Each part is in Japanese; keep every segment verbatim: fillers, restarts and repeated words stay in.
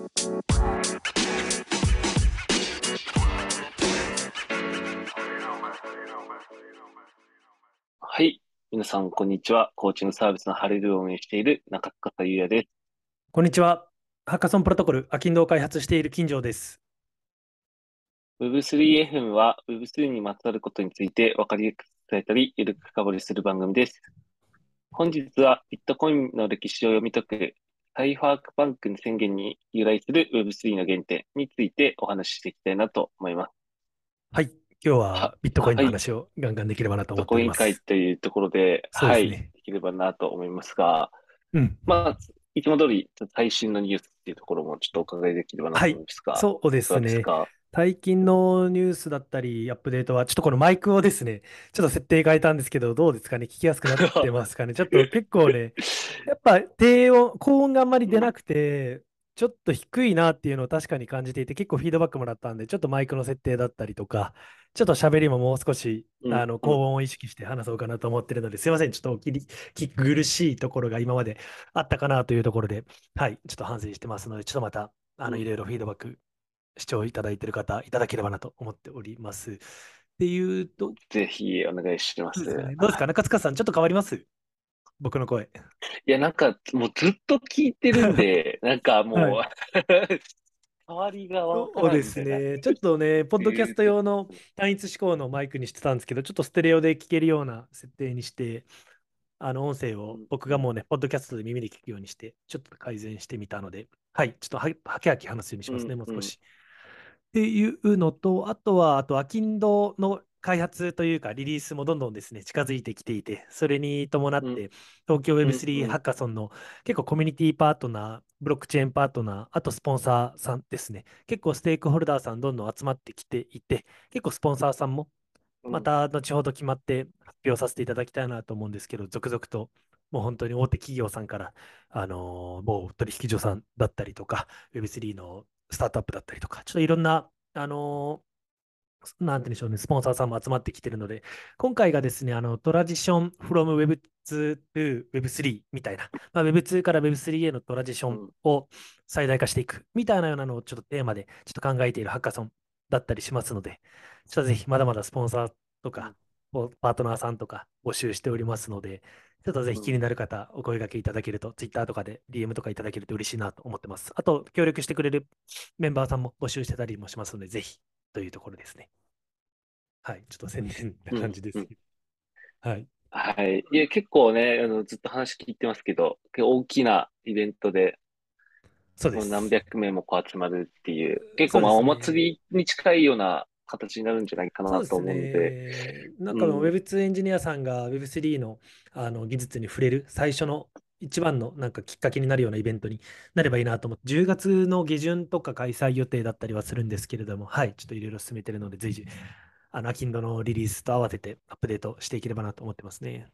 はい。皆さん、こんにちは。コーチングサービスのハレルを運営している中塚優也です。 こんにちは。ハッカソンプロトコル、アキンドを開発している金城です。 ウェブスリーエフエム は ウェブスリー にまつわることについて分かりやすく伝えたり、ゆるく深掘りする番組です。本日はビットコインの歴史を読み解くサイファークバンクの宣言に由来する ウェブスリー の原点についてお話ししていきたいなと思います。 はい。今日は、 はビットコインのはい。ビッ話をガンガンできればなと思っておトコイン会ります。 というところで、はい。 そうですね。 できればなと思いますが、 うん。 まあ、いつも通り、ちょっと最新のニュースっていうところもちょっとお伺いできればなはい。 と思うんですが、 そうでいかがすね。 ですか？ 最近のニュースだったり、アップデートは、ちょっとこのマイクをですね、ちょっと設定変えたんですけど、どうですかね。聞きやすくなってますかね。ちょっと結構ね、やっぱ低音、高音があんまりうん、 出なくて、ちょっと低いなっていうのを確かに感じていて、結構フィードバックもらったんで、ちょっとマイクの設定だったりとか、ちょっと喋りももう少しうん、 あのうん、 高音を意識して話そうかなと思ってるので、すいません、ちょっとお聞き苦しいところが今まであったかなというところで、はい、ちょっと反省してますので、ちょっとまたあうん。 のいろいろフィードバック、視聴いただいている方、いただければなと思っております。っていうと、 ぜひお願いします。 そうですかね。どうですか、 はい。 中塚さん、ちょっと変わります僕の声。 いや、なんか、もうずっと聞いてるんで、なんかはい。 もう変わりがわかそうでらんみたいな。 すね。ちょっとね、ポッドキャスえーとト用の単一指向のマイクにしてたんですけど、ちょっとステレオで聞けるような設定にして、あの音声をうん、うん、 僕がもうね、ポッドキャストで耳で聞くようにして、ちょっと改善してみたので、はい、ちょっとははけはけ話すようにしうん、 ますね、もううん、 少し。っていうのと、あとは、あと、アキンドの開発というか、リリースもどんどんですね、近づいてきていて、それに伴っうん、 て、東京うん、うウェブスリー ハん、 ッカソンの結構コミュニティパートナー、ブロックチェーンパートナー、あとスポンサーさんですね、結構ステークホルダーさんどんどん集まってきていて、結構スポンサーさんもうん、 また後ほど決まって発表させていただきたいなと思うんですけど、続々ともう本当に大手企業さんから、あのー某取引所さんだったりとか、ウェブスリー のスタートアップだったりとか、ちょっといろんな、あのーなんて言うんでしょうね、スポンサーさんも集まってきてるので、今回がですね、あの、トラジション from ウェブツー to ウェブスリー みたいな、まあ、ウェブツー から ウェブスリー へのトラジションうん、 を最大化していくみたいなようなのをちょっとテーマでちょっと考えているハッカソンだったりしますので、ちょっとぜひまだまだスポンサーとか、 うん、 ポパートナーさんとか募集しておりますので、ちょっとぜひ気になる方、お声掛けいただけると、Twitter とかで ディーエム とかいただけると嬉しいなと思ってます。あと、協力してくれるメンバーさんも募集してたりもしますので、ぜひというところですね。はい、ちょっと宣伝なうん、 感じでうん。 すけど。はい。 はい。いや、結構ね、あの、ずっと話聞いてますけど、結構大きなイベントで、もう何そうです。 百名もこう集まるっていう、結構まあおそうですね。 祭りに近いような形になるんじゃないかなとそうです思うので、 ね。なんかうん、 ウェブツー エンジニアさんが ウェブスリー の、あの技術に触れる最初の一番のなんかきっかけになるようなイベントになればいいなと思って、じゅうがつの下旬とか開催予定だったりはするんですけれども、はい、ちょっといろいろ進めてるので、随時、あの、アキンドのリリースと合わせてアップデートしていければなと思ってますね。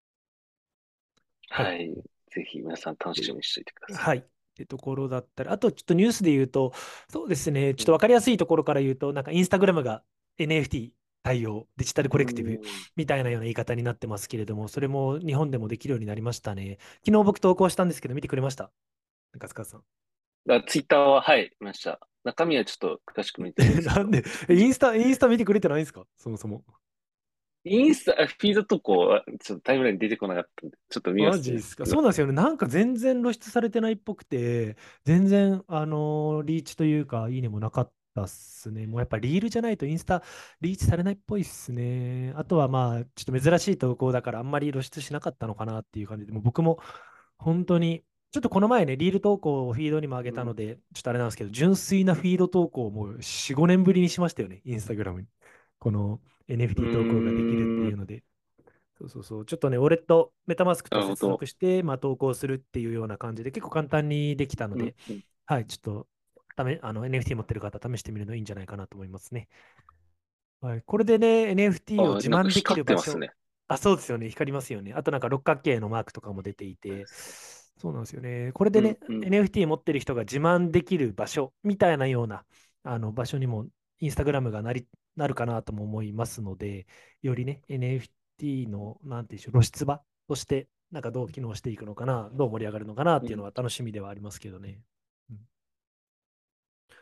はい。 はい。ぜひ皆さん楽しで、 みにしておいてください。 はい。ってところだったり、あとちょっとニュースで言うと、そうですね、ちょっうん、 と分かりやすいところから言うと、なんかインスタグラムが エヌエフティー 対応、デジタルコうレクティブん。 みたいなような言い方になってますけれども、それも日本でもできるようになりましたね。昨日僕投稿したんですけど、見てくれました中塚さん。 あ、ツイッターは、はい、見ました。中身はちょっと詳しく見てないんですけど、 なんで、 ちょっとえイじ、 ンスタ、インスタ見てくれてないんですかそもそも。 インスタ、あフィード投稿はちょっとタイムラインに出てこなかったんで、ちょっと見ますね。 マジですか。そうなんですよね。なんか全然露出されてないっぽくて、全然、あのーリーチというか、いいねもなかったっすね。もうやっぱリールじゃないとインスタリーチされないっぽいっすね。あとはまあ、ちょっと珍しい投稿だからあんまり露出しなかったのかなっていう感じで、もう僕も本当に、ちょっとこの前ね、リール投稿をフィードにも上げうん。 たので、ちょっとあれなんですけど、純粋なフィード投稿をもうよん、ごねんぶりにしましたよね、インスタグラムに。このうエヌエフティー 投稿ができるってーん。 いうので。そうそうそう。ちょっとね、ウォレット、メタマスクと接なるほど。 続して、まあ、投稿するっていうような感じで、結構簡単にできたのうん、 で、 うん。 はい、ちょっと、ため、あの、エヌエフティー 持ってる方、試してみるのいいんじゃないかなと思いますね。はい、これでね、エヌエフティー をあ、なんか自慢でき光る場所、 ってますね。 あ、そうですよね、光りますよね。あとなんか六角形のマークとかも出ていて、そうなんですよね。これでね、 うん、うん。 エヌエフティー 持ってる人が自慢できる場所みたいなようなあの場所にも、インスタグラムがなり、なるかなとも思いますので、よりね、エヌエフティー の、なんていうんでしょう、露出場として、なんかどう機能していくのかな、どう盛り上がるのかなっていうのうん。 は楽しみではありますけどね。うん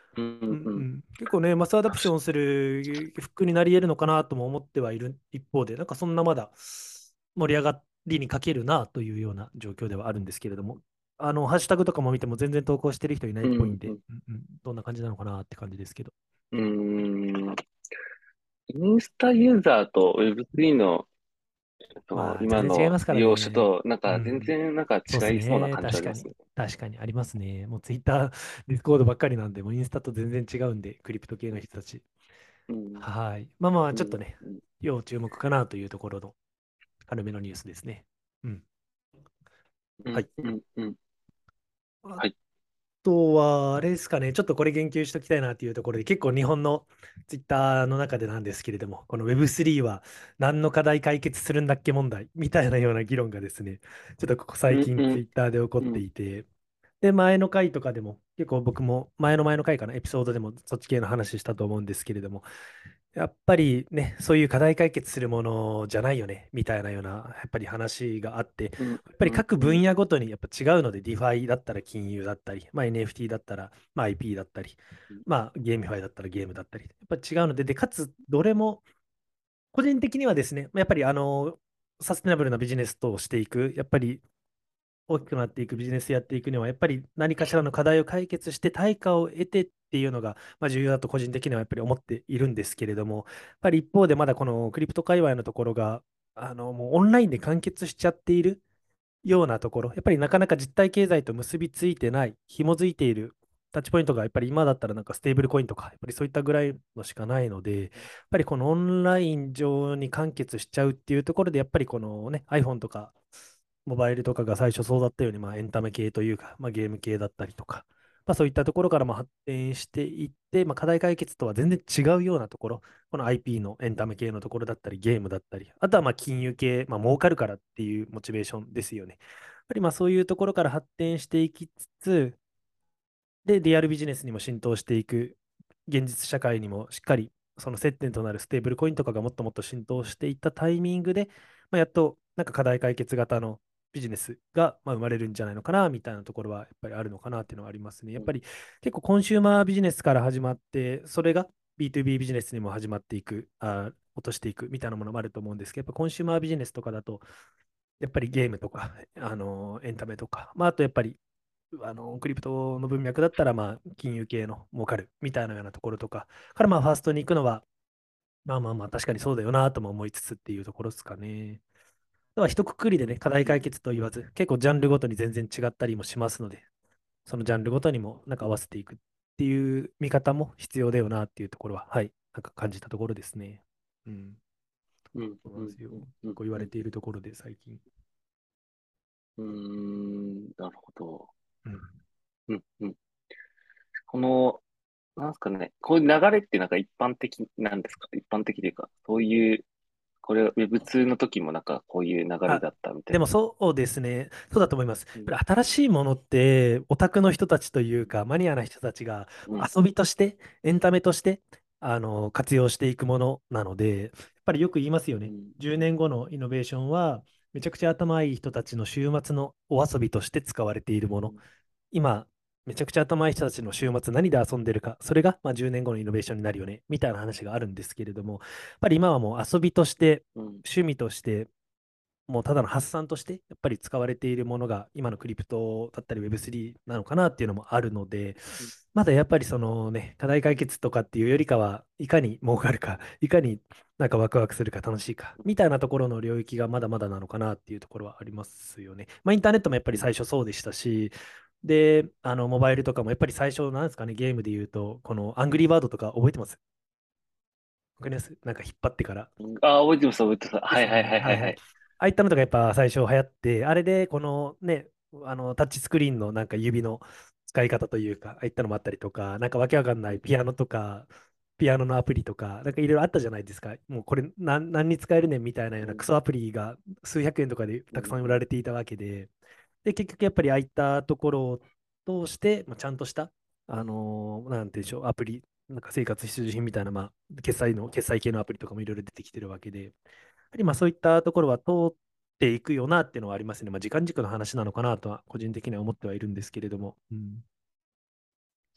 うん、うん、 うんうん、結構ね、マスアダプションするフックになり得るのかなとも思ってはいる一方で、なんかそんなまだ盛り上がりに欠けるなというような状況ではあるんですけれども、あの、ハッシュタグとかも見ても全然投稿してる人いないうん、 っぽいんで、 うん。 うんうん、どんな感じなのかなって感じですけど。 うーん、インスタユーザーと ウェブスリー の、そのまあ、全今の然違いますから利用者ね。 と、なんか全うん。 然なんかそうです違いそうなね。 感じはあ確かに。 りますね。 確かにありますね。もうツイッター、ディスコードばっかりなんで、もうインスタと全然違うんで、クリプト系の人たち。 うん、 はい。まあまあ、 うん、 ちょっとね、 うん、 要注目かなというところの軽めのニュースですね。うん。 うん、 はい。 うん、うん。 あはい。 とは、あれですかね、ちょっとこれ言及しておきたいなというところで、結構日本のツイッターの中でなんですけれども、この ウェブスリー は何の課題解決するんだっけ問題みたいなような議論がですね、ちょっとここ最うん、 近ツイうん、 ッターで起こってうん、 いて、で、前の回とかでも、結構僕も前の前の回かな、エピソードでもそっち系の話したと思うんですけれども、やっぱりね、そういう課題解決するものじゃないよね、みたいなような、やっぱり話があって、 うん、 やっぱうん、 り各うん、 分野ごとにやっぱ違うので、DeFi だったら金融だったり、まあ、エヌエフティー だったら、まあ、アイピー だったり、まあ、ゲーミファイだったらゲームだったり、やっぱり違うので、で、かつ、どれも、個人的にはですね、まあやっぱりあの、サステナブルなビジネスとしていく、やっぱり大きくなっていくビジネスやっていくには、やっぱり何かしらの課題を解決して対価を得てっていうのが、まあ、重要だと個人的にはやっぱり思っているんですけれども、やっぱり一方でまだこのクリプト界隈のところが、あの、もうオンラインで完結しちゃっているようなところ、やっぱりなかなか実体経済と結びついてない、紐づいているタッチポイントが、やっぱり今だったらなんかステーブルコインとか、やっぱりそういったぐらいのしかないので、やっぱりこのオンライン上に完結しちゃうっていうところで、やっぱりこのね、iPhone とか、モバイルとかが最初そうだったように、まあ、エンタメ系というか、まあ、ゲーム系だったりとか、まあ、そういったところからまあ発展していって、まあ、課題解決とは全然違うようなところ、この アイピー のエンタメ系のところだったり、ゲームだったり、あとはまあ金融系、まあ、儲かるからっていうモチベーションですよね。やっぱりまあそういうところから発展していきつつ、で、リアルビジネスにも浸透していく、現実社会にもしっかりその接点となるステーブルコインとかがもっともっと浸透していったタイミングで、まあ、やっとなんか課題解決型のビジネスがまあ生まれるんじゃないのかなみたいなところはやっぱりあるのかなっていうのはありますね。やうん、 っぱり結構コンシューマービジネスから始まって、それが ビーツービー ビービジネスにも始まっていく、あ、落としていくみたいなものもあると思うんですけど、やっぱコンシューマービジネスとかだと、やっぱりゲームとか、あのエンタメとか、まあ、あとやっぱりあの、クリプトの文脈だったら、まあ、金融系の儲かるみたいなようなところとか、からまあ、ファーストに行くのは、まあまあまあ、確かにそうだよなとも思いつつっていうところですかね。では、一括りでね、課題うん、 解決と言わず、結構ジャンルごとに全然違ったりもしますので、そのジャンルごとにもなんか合わせていくっていう見方も必要だよなっていうところは、はい、なんか感じたところですね。うん。 うん、うん、 そうなんですよ。 うん、うん、 結構言わうん、 れているところで、最近。 うーん、なるほど。 うん。 うん、うん。この、なんですかね、こういう流れってなんか一般的なんですか？一般的というか、そういう、これ、ウェブツーの時もなんかこういう流れあ、 だったみたいな。 でもそうですね。そうだと思います。 うん、 やっぱり新しいものって、オタクの人たちというか、マニアな人たちがうん、 遊びとして、エンタメとして、あの、活用していくものなので、やっぱりよく言いますよね。 うん、 じゅうねんごのイノベーションは、めちゃくちゃ頭いい人たちの週末のお遊びとして使われているもの。 うん、 今、めちゃくちゃ頭いい人たちの週末何で遊んでるか、それがまあじゅうねんごのイノベーションになるよね、みたいな話があるんですけれども、やっぱり今はもう遊びとして、 うん、 趣味として、もうただの発散としてやっぱり使われているものが今のクリプトだったり ウェブスリー なのかなっていうのもあるので、 うん、 まだやっぱりそのね、課題解決とかっていうよりかは、いかに儲かるか、いかになんかワクワクするか楽しいか、みたいなところの領域がまだまだなのかなっていうところはありますよね。まあインターネットもやっぱり最初そうでしたし、で、あの、モバイルとかもやっぱり最初、なんですかね、ゲームで言うと、このアングリーバードとか覚えてます？わかります？なんか引っ張ってからうん。あ、覚えてます、覚えてます。はいはいですよね。はいはい。 はいはいはい。 ああいったのとかやっぱ最初流行って、あれでこのね、あのタッチスクリーンのなんか指の使い方というか、ああいったのもあったりとか、なんかわけわかんなうん、 いピアノとか、ピアノのアプリとか、なんかいろいろあったじゃないですか。もうこれ何、何に使えるねんみたいなよううん、 なクソアプリが数百円とかでたくさん売らうん、 れていたわけで、で、結局やっぱりああいったところを通して、まあ、ちゃんとした、あのーなんていうんでしょう、アプリ、なんか生活必需品みたいな、まあ、決済の、決済系のアプリとかもいろいろ出てきてるわけで、やっぱりまあそういったところは通っていくよなっていうのはありますね。まあ、時間軸の話なのかなとは、個人的には思ってはいるんですけれども。うん。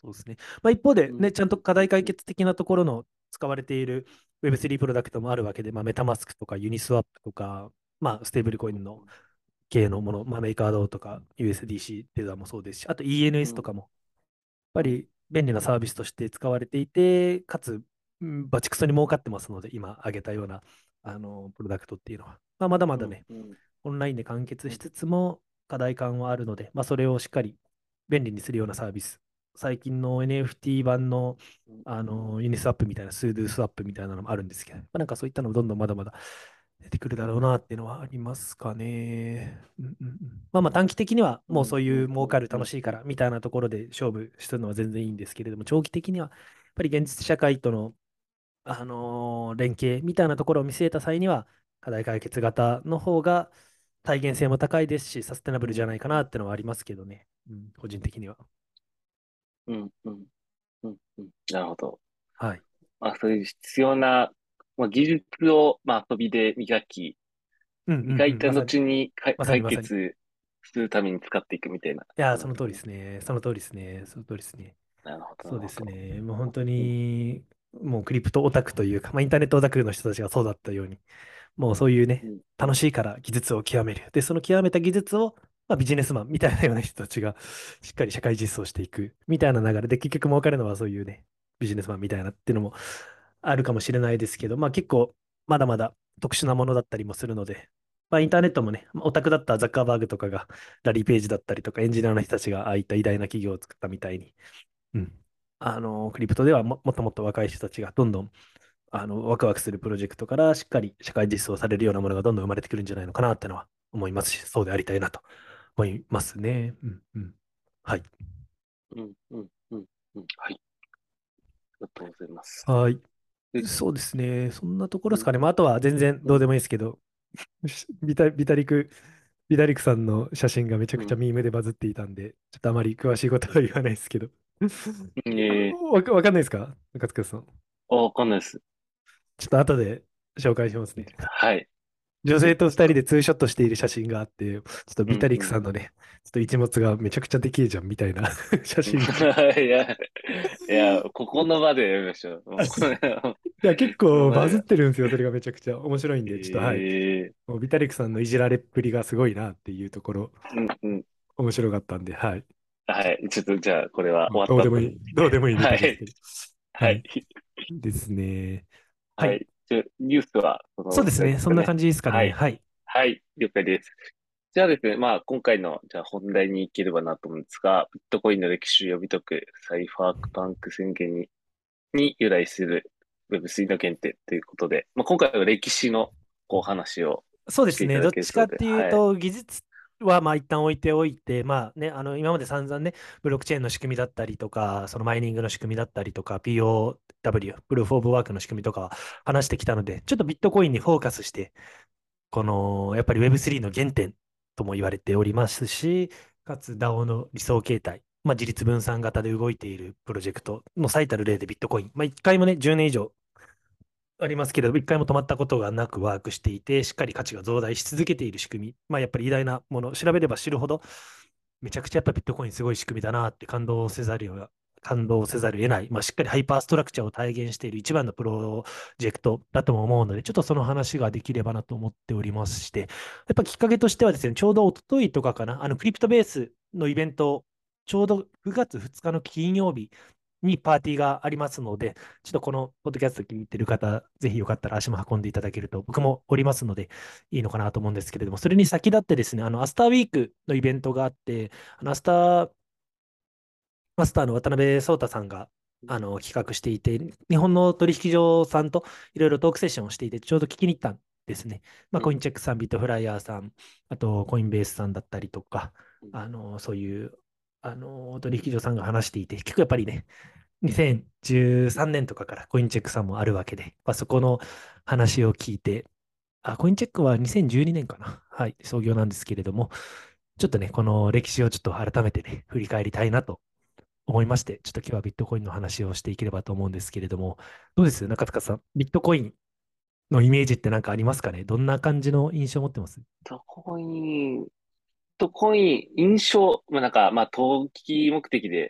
そうですね。まあ、一方でね、 うん、 ちゃんとうん、 課題解うん、 決的なところの使われている ウェブスリー プロダクトもあるわけで、まあ、メタマスクとかユニスワップとか、まあ、ステーブルコインの系のもの、まあ、メーカードとか ユーエスディーシー テザーもそうですし、あと イーエヌエス とうん、 かも、やっぱり便利なサービスとして使われていて、かつ、うんバチクソに儲かってますので、今挙げたような、あの、プロダクトっていうのは、まあ、まだまうん、 だね、 うん、 オンラインで完結しうん、 つつも課題感はあるので、まあ、それをしっかり便利にするようなサービス。最近の エヌエフティー 版の、 うん、 あのユニスワップみたいな、スードゥースワップみたいなのもあるんですけど、まあ、なんかそういったのもどんどんまだまだ出てくるだろうなっていうのはありますかね。うんうんうん、まあまあ短期的にはうん、 もうそううん、 いう儲かるうん、 楽しいからみたいなところで勝負するのは全然いいんですけれども、長期的にはやっぱり現実社会との、あのー連携みたいなところを見据えた際には、課題解決型の方が再現性も高いですし、サステナブルじゃないかなっていうのはありますけどね、うん、個人的には。 うん、うん、うん、うん。なるほど。 はい。 まあ、そういう必要な、まあ、技術を、まあ、遊びで磨き、 うんうんうん、 磨いたまさに、 後にか解まさにまさに。い決するために使っていくみたいなこやー、 となんその通りでですね。 すね。その通りですね。その通りですね。 なるほど、なそうでるほど。 すね。もう本当うん、 に、もうクリプトオタクというか、まあ、インターネットオタクの人たちがそうだったように、もうそういうね、 うん、うん、 楽しいから技術を極める。で、その極めた技術を、まあ、ビジネスマンみたいなような人たちがしっかり社会実装していくみたいな流れで、結局儲かるのはそういうね、ビジネスマンみたいなっていうのもあるかもしれないですけど、まあ結構まだまだ特殊なものだったりもするので、まあインターネットもね、オタクだったザッカーバーグとかがラリーページだったりとかエンジニアの人たちがああいった偉大な企業を作ったみたいに、うん。あの、クリプトではも、もっともっと若い人たちがどんどんあの、ワクワクするプロジェクトからしっかり社会実装されるようなものがどんどん生まれてくるんじゃないのかなってのは思いますし、そうでありたいなと思いますね。うん、うん。はい。 うん、うん、うん、うん。はい。ありがとうございます。 はい。 で、 そうですね。そんなところうん、 ですかね。まあ、あとは全然うん、 どうでもいいですけど、しビタ、ビタリク、ビタリクさんの写真がめちゃくちゃうん。 ミームでバズっていたんで、ちょっとあまり詳しいことは言わないですけど。 ええわか、わかんないですか中塚さん。 ー、わかんないです。 ちょっと後で紹介しますね。 はい。 女え、 性と二人でツーショットしている写真があって、ちょっとうん、 ビタリックうん。 さんのね、ちょっと一物がめちゃくちゃでけえじゃんみたいな写うん真が。 いや、いや、ここの場でやりましょう。もうこれ、 いや、結この構バズっ場で。 てるんですよ。それがめちゃくちゃ面白いんで、ちょっとはい。 ええもうビタリックさんのいじられっぷりがすごいなっていうところ、 ー、うん、うん。 面白かったんで、はい。 はい。ちょっと、じゃあ、これはまあ、 終わった後に。 どうでもいい、どうでもいいネはい。 タですけど。 はい。 はい。ですね。はい。 はい。じゃあ、ニュースは、そのぐらいでそうですね。そんなすかね。 感じですかね。 はい。 はい。 はい。了解です。じゃあですね、まあ、今回の、じゃあ本題に行ければなと思うんですが、ビットコインの歴史を読み解くサイファークパンク宣言に、に由来する ウェブスリー の原点ということで、まあ、今回は歴史のこう話をそうですね。 していただどっけるそうで、 ちかっていうはい。 と、技術はまあ一旦置いておいて、まあね、あの今まで散々ね、ブロックチェーンの仕組みだったりとか、そのマイニングの仕組みだったりとか、ピーオーダブリュー、プルーフ・オブ・ワークの仕組みとかは話してきたので、ちょっとビットコインにフォーカスして、このやっぱり ウェブスリー の原点とも言われておりますし、かつ ダオ の理想形態、まあ、自立分散型で動いているプロジェクトの最たる例でビットコイン、まあ、一回もね、じゅうねん以上ありますけれども、一回も止まったことがなくワークしていて、しっかり価値が増大し続けている仕組み。まあ、やっぱり偉大なもの、調べれば知るほど、めちゃくちゃやっぱビットコインすごい仕組みだなって感動せざるを感動せざるを得ない、まあ、しっかりハイパーストラクチャーを体現している一番のプロジェクトだとも思うので、ちょっとその話ができればなと思っておりまして、やっぱきっかけとしてはですね、ちょうど一昨日とかかな、あのクリプトベースのイベント、ちょうどくがつふつかの金曜日にパーティーがありますので、ちょっとこのポッドキャスト聞いてる方、ぜひよかったら足も運んでいただけると、僕もおりますので、いいのかなと思うんですけれども、それに先立ってですね、あの、アスターウィークのイベントがあって、あの、アスターマスターの渡辺壮太さんが、あの、企画していて、日本の取引所さんといろいろトークセッションをしていて、ちょうど聞きに行ったんですね。まあ、 うん、 コインチェックさん、ビットフライヤーさん、あと、コインベースさんだったりとか、 うん、 あの、そういう、あの、取引所さんが話していて、結構やっぱりね、にせんじゅうさんねんとかからコインチェックさんもあるわけで、まあ、そこの話を聞いて、あ、コインチェックはにせんじゅうにねんかな。はい、創業なんですけれども、ちょっとね、この歴史をちょっと改めてね、振り返りたいなと思いまして、ちょっと今日はビットコインの話をしていければと思うんですけれども、どうです中塚さん、ビットコインのイメージって何かありますかね？どんな感じの印象を持ってます？ ビットコイン、ビットコイン、印象、まあ、なんか、まあ、投機目的で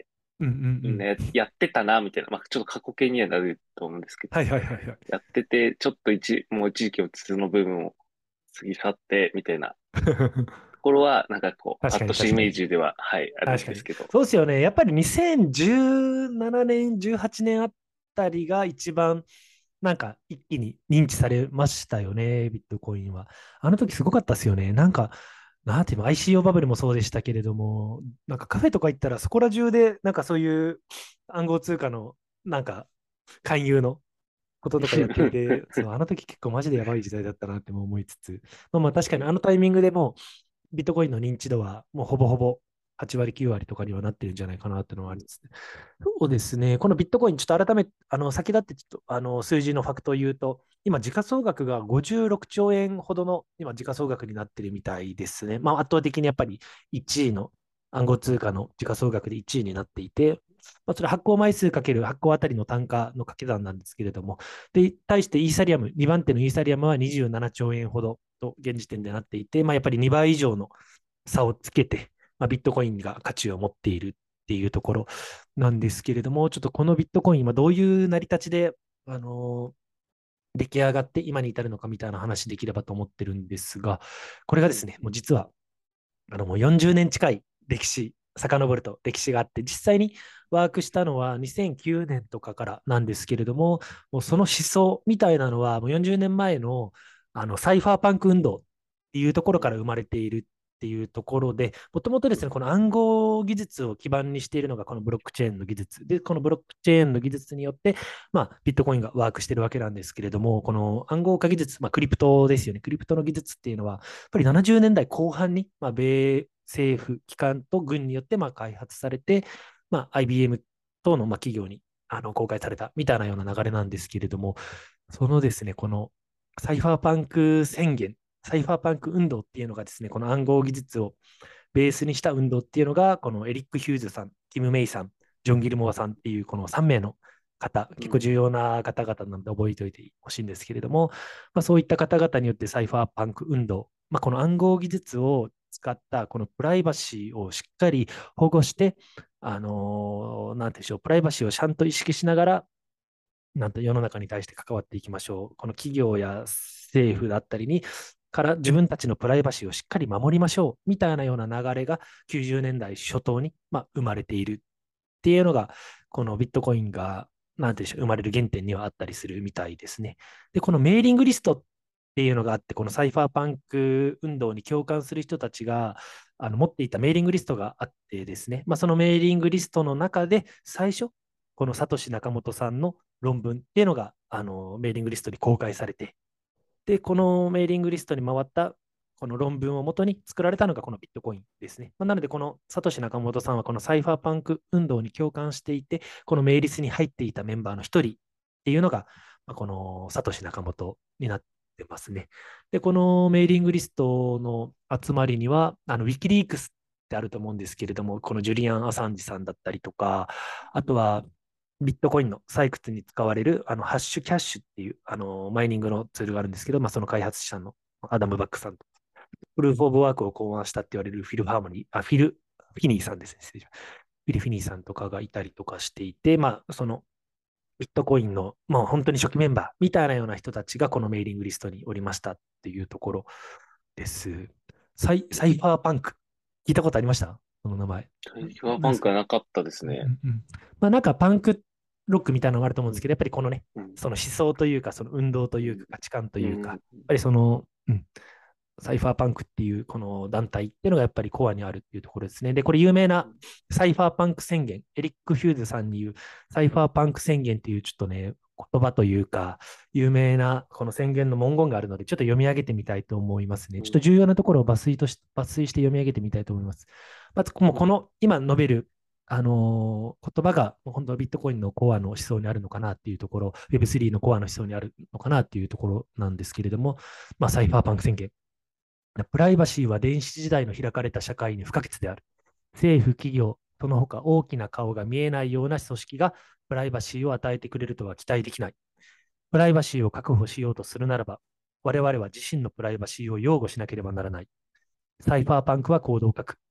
うんうんうん。 みんなや、やってたな、みたいな。まあ、ちょっと過去形にはなると思うんですけど、 はいはいはいはい。 やってて、ちょっと一、もう一時期をその部分を過ぎ去って、みたいなところは、なんかこう、パ確かッとしたイに確かに。 メージでは、はい、あるん確かに。 ですけど。 そうですよね。やっぱりにせんじゅうななねん、じゅうはちねんあたりが一番なんか一気に認知されましたよね、ビットコインは。あの時すごかったですよね。なんか、なんていうの、アイシーオー バブルもそうでしたけれども、なんかカフェとか行ったらそこら中で、なんかそういう暗号通貨の、なんか、勧誘のこととかやってて、そう、あの時結構マジでやばい時代だったなっても思いつつ、まあまあ確かにあのタイミングでもうビットコインの認知度はもうほぼほぼはち割、きゅう割とかにはなってるんじゃないかなっていうのはありつつ、そうですね、このビットコイン、ちょっと改めて、あの先立ってちょっとあの数字のファクトを言うと、今、時価総額がごじゅうろくちょう円ほどの今、時価総額になってるみたいですね。まあ、圧倒的にやっぱりいちいの暗号通貨の時価総額でいちいになっていて、まあ、それ発行枚数かける発行あたりの単価の掛け算なんですけれども、で、対してイーサリアム、にばん手のイーサリアムはにじゅうななちょう円ほどと現時点でなっていて、まあ、やっぱりにばい以上の差をつけて、まあ、ビットコインが価値を持っているっていうところなんですけれども、ちょっとこのビットコイン、今どういう成り立ちで、あの出来上がって今に至るのかみたいな話できればと思ってるんですが、これがですね、もう実はあのもうよんじゅうねん近い歴史、遡ると歴史があって、実際にワークしたのはにせんきゅうねんとかからなんですけれども、もうその思想みたいなのはもうよんじゅうねんまえの、あのサイファーパンク運動っていうところから生まれているっていうところで、もともとですね、この暗号技術を基盤にしているのがこのブロックチェーンの技術。で、このブロックチェーンの技術によって、まあ、ビットコインがワークしてるわけなんですけれども、この暗号化技術、まあ、クリプトですよね。クリプトの技術っていうのは、ぱりななじゅうねんだいこう半に、まあ、米政府機関と軍によってまあ開発されて、まあ、アイビーエム 等のまあ企業にあの公開されたみたいなような流れなんですけれども、そのですね、このサイファーパンク宣言、サイファーパンク運動っていうのがですね、この暗号技術をベースにした運動っていうのが、このエリック・ヒューズさん、ティム・メイさん、ジョン・ギルモアさんっていうこのさん名の方、結構重要な方々なので覚えておいてほしいんですけれども、まあ、そういった方々によってサイファーパンク運動、まあ、この暗号技術を使ったこのプライバシーをしっかり保護して、あのーなんていうんでしょう、プライバシーをちゃんと意識しながら、なんと世の中に対して関わっていきましょう。この企業や政府だったりに、から自分たちのプライバシーをしっかり守りましょうみたいなような流れがきゅうじゅうねんだい初頭に、まあ、生まれているっていうのが、このビットコインが、なんていうんでしょう、生まれる原点にはあったりするみたいですね。で、このメーリングリストっていうのがあって、このサイファーパンク運動に共感する人たちがあの持っていたメーリングリストがあってですね、まあ、そのメーリングリストの中で最初、このサトシ・ナカモトさんの論文っていうのがあのメーリングリストに公開されて、で、このメーリングリストに回ったこの論文をもとに作られたのがこのビットコインですね。まあ、なので、このサトシ・ナカモトさんはこのサイファーパンク運動に共感していて、このメイリスに入っていたメンバーの一人っていうのが、まあ、このサトシ・ナカモトになってますね。で、このメーリングリストの集まりには、あのウィキリークスってあると思うんですけれども、このジュリアン・アサンジさんだったりとか、あとはビットコインの採掘に使われるあのハッシュキャッシュっていうあのマイニングのツールがあるんですけど、まあ、その開発者のアダム・バックさんと、プルーフ・オブ・ワークを考案したって言われるフィル・ハーモニー、あ、フィル・フィニーさんですね。失礼しましたフィル・フィニーさんとかがいたりとかしていて、まあ、そのビットコインの、まあ、本当に初期メンバーみたいなような人たちがこのメーリングリストにおりましたっていうところです。サイ、サイファーパンク。聞いたことありましたその名前。 サイファーパンなんですか？ クはなかったですうんうね。 んうん。まあなんかパンクロックみたいなのがあると思うんですけど、やっぱりこのね、 うん。 その思想というか、その運動というか、 うん。 価値観というか、やっうん。 ぱりその、うん、サイファーパンクっていうこの団体っていうのがやっぱりコアにあるっていうところですね。で、これ有名なサイファーパンク宣言、エリック・ヒューズさんに言うサイファーパンク宣言っていうちょっとね、言葉というか、有名なこの宣言の文言があるので、ちょっと読み上げてみたいと思いますね。ちょっと重要なところを抜粋とし、抜粋して読み上げてみたいと思います。まず、もうこの今述べるあのー言葉が本当ビットコインのコアの思想にあるのかなっていうところ、ウェブスリー のコアの思想にあるのかなっていうところなんですけれども、まあ、サイファーパンク宣言。プライバシーは電子時代の開かれた社会に不可欠である。政府、企業、その他大きな顔が見えないような組織がプライバシーを与えてくれるとは期待できない。プライバシーを確保しようとするならば、我々は自身のプライバシーを擁護しなければならない。サイファーパンクは行動を書く。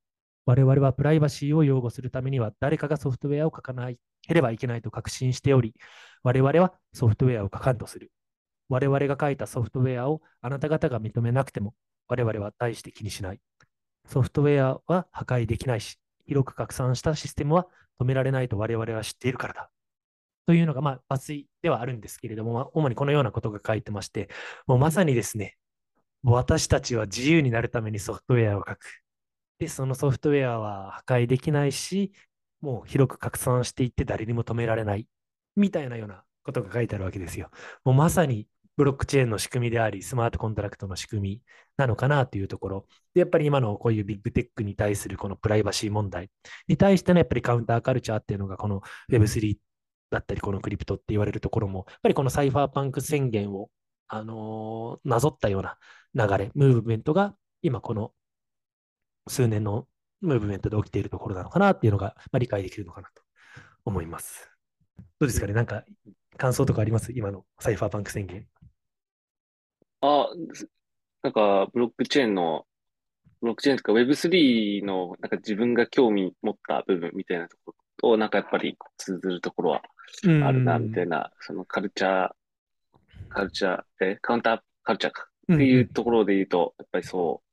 我々はプライバシーを擁護するためには誰かがソフトウェアを書かなければいけないと確信しており、我々はソフトウェアを書かんとする。我々が書いたソフトウェアをあなた方が認めなくても、我々は大して気にしない。ソフトウェアは破壊できないし、広く拡散したシステムは止められないと我々は知っているからだ。というのが、まあ、抜粋ではあるんですけれども、まあ、主にこのようなことが書いてまして、もうまさにですね、私たちは自由になるためにソフトウェアを書く。で、そのソフトウェアは破壊できないし、もう広く拡散していって誰にも止められない。みたいなようなことが書いてあるわけですよ。もうまさにブロックチェーンの仕組みであり、スマートコントラクトの仕組みなのかなというところ。で、やっぱり今のこういうビッグテックに対するこのプライバシー問題に対してのやっぱりカウンターカルチャーっていうのがこの ウェブスリー だったり、このクリプトって言われるところも、やっぱりこのサイファーパンク宣言を、あのーなぞったような流れ、ムーブメントが今この数年のムーブメントで起きているところなのかなっていうのが、まあ、理解できるのかなと思います。どうですかね、なんか感想とかあります、今のサイファーパンク宣言。 あ、なんか、ブロックチェーンの、ブロックチェーンとか ウェブスリー の、なんか自分が興味持った部分みたいなところと、なんかやっぱり通ずるところはうーあるな、みたいん。 な、そのカルチャー、カルチャー、え、カウンターカルチャーか。っていううんうん。 ところで言うと、やっぱりそう、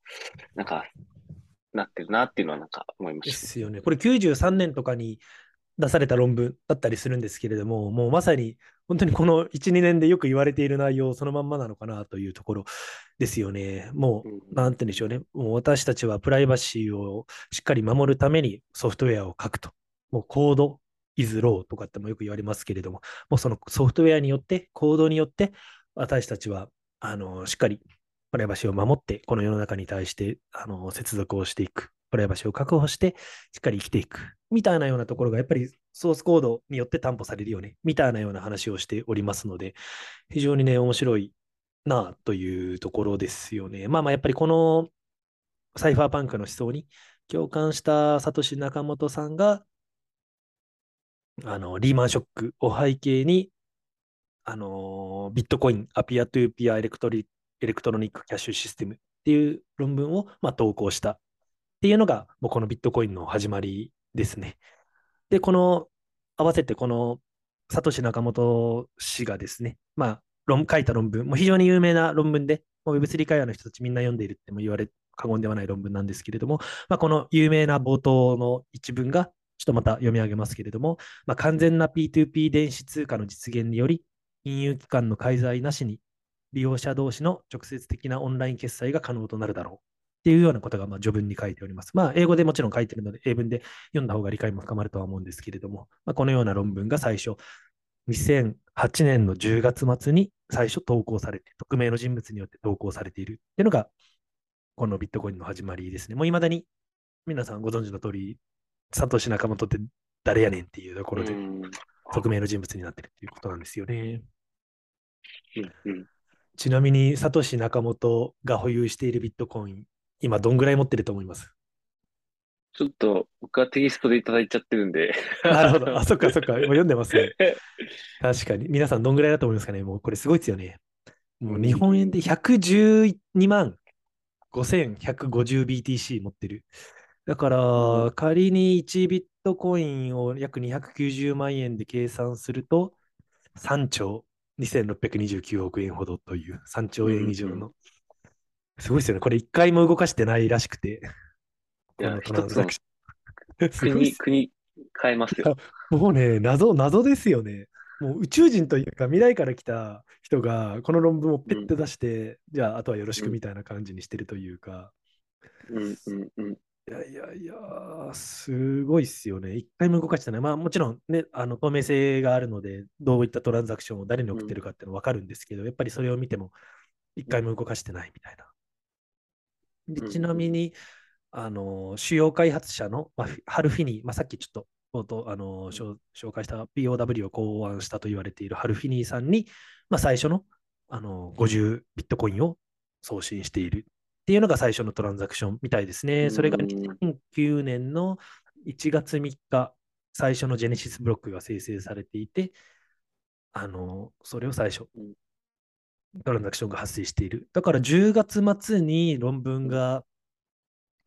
なんか、なってるなっていうのはなんか思いましたね。 ですよね。これきゅうじゅうさんねんとかに出された論文だったりするんですけれども、もうまさに本当にこのいち、にねんでよく言われている内容そのまんまなのかなというところですよね。もうん、 う、なんて言うんでしょうね。もう私たちはプライバシーをしっかり守るためにソフトウェアを書くと。もうコード is law とかってもよく言われますけれども、もうそのソフトウェアによって、コードによって、私たちはあのしっかりプライバシーを守って、この世の中に対してあの接続をしていく。プライバシーを確保して、しっかり生きていく。みたいなようなところが、やっぱりソースコードによって担保されるよね。みたいなような話をしておりますので、非常にね、面白いなというところですよね。まあまあ、やっぱりこのサイファーパンクの思想に共感したサトシ・ナカモトさんが、あの、リーマンショックを背景に、あの、ビットコイン、アピアトゥーピアエレクトリ、エレクトロニックキャッシュシステムっていう論文を、まあ、投稿したっていうのが、もうこのビットコインの始まりですね。で、この、合わせてこの、サトシ・ナカモト氏がですね、まあ、論書いた論文、もう非常に有名な論文で、もう ウェブスリー 会話の人たちみんな読んでいるっても言われ、過言ではない論文なんですけれども、まあ、この有名な冒頭の一文が、ちょっとまた読み上げますけれども、まあ、完全な ピーツーピー 電子通貨の実現により、金融機関の介在なしに、利用者同士の直接的なオンライン決済が可能となるだろう。っていうようなことがまあ序文に書いております。まあ、英語でもちろん書いてるので、英文で読んだ方が理解も深まるとは思うんですけれども、まあ、このような論文が最初、にせんはちねんのじゅうがつ末に最初投稿されて、匿名の人物によって投稿されているっていうのが、このビットコインの始まりですね。もういまだに皆さんご存知の通り、サトシ・ナカモトって誰やねんっていうところで、 うん、うん、 匿名の人物になってるっていうことなんですよね。 うん。 ちなみに、サトシ・ナカモトが保有しているビットコイン、今どんぐらい持ってると思います？ ちょっと僕はテキストでいただいちゃってるんでなるほど。あ、 あのそっかそっか。今読んでますね。確かに。皆さんどんぐらいだと思いますかね。もうこれすごいですよね。 うもう日本円でん、 ひゃくじゅうにまん ごせんひゃくごじゅうビーティーシー 持ってる。だかうん、 ら、仮にいちビットコインを約にひゃくきゅうじゅうまん円で計算すると、さんちょうにせんろっぴゃくにじゅうきゅうおく円ほどというさんちょう円以うん、うん。 上の。すごいですよね。これ一回も動かしてないらしくて、 いや、 このトラ一つのンザクション。すごいっ国、 す。 国変えますよ。 もうね、謎、謎ですよね。もう宇宙人というか未来から来た人がこの論文をうん、 ペッて出して、じゃああとはよろしうん、 くみたいな感じにしてるというか、 うん、うん、うん。 いやいやいや、すごいっすよね。一回も動かしてない。まあもちろんね、あの透明性があるので、どういったトランザクションを誰に送ってるかっていうのはわかるんですけど、やっぱりそれを見ても一うん、 回も動かしてないみたいな。で、 うん、 ちなみに、あの、主要開発者の、まあ、フィハルフィニー、まあ、さっきちょっと冒頭、あの、紹紹介した ピーオーダブリュー を考案したと言われているハルフィニーさんに、まあ、最初の、あの、ごじゅうビットコインを送信しているっていうのが最初のトランザクションみたいですうね。それがん、うん、 にせんきゅうねんのいちがつみっか、最初のジェネシスブロックが生成されていて、あの、それを最初、トランザクションが発生している。だからじゅうがつ末に論文が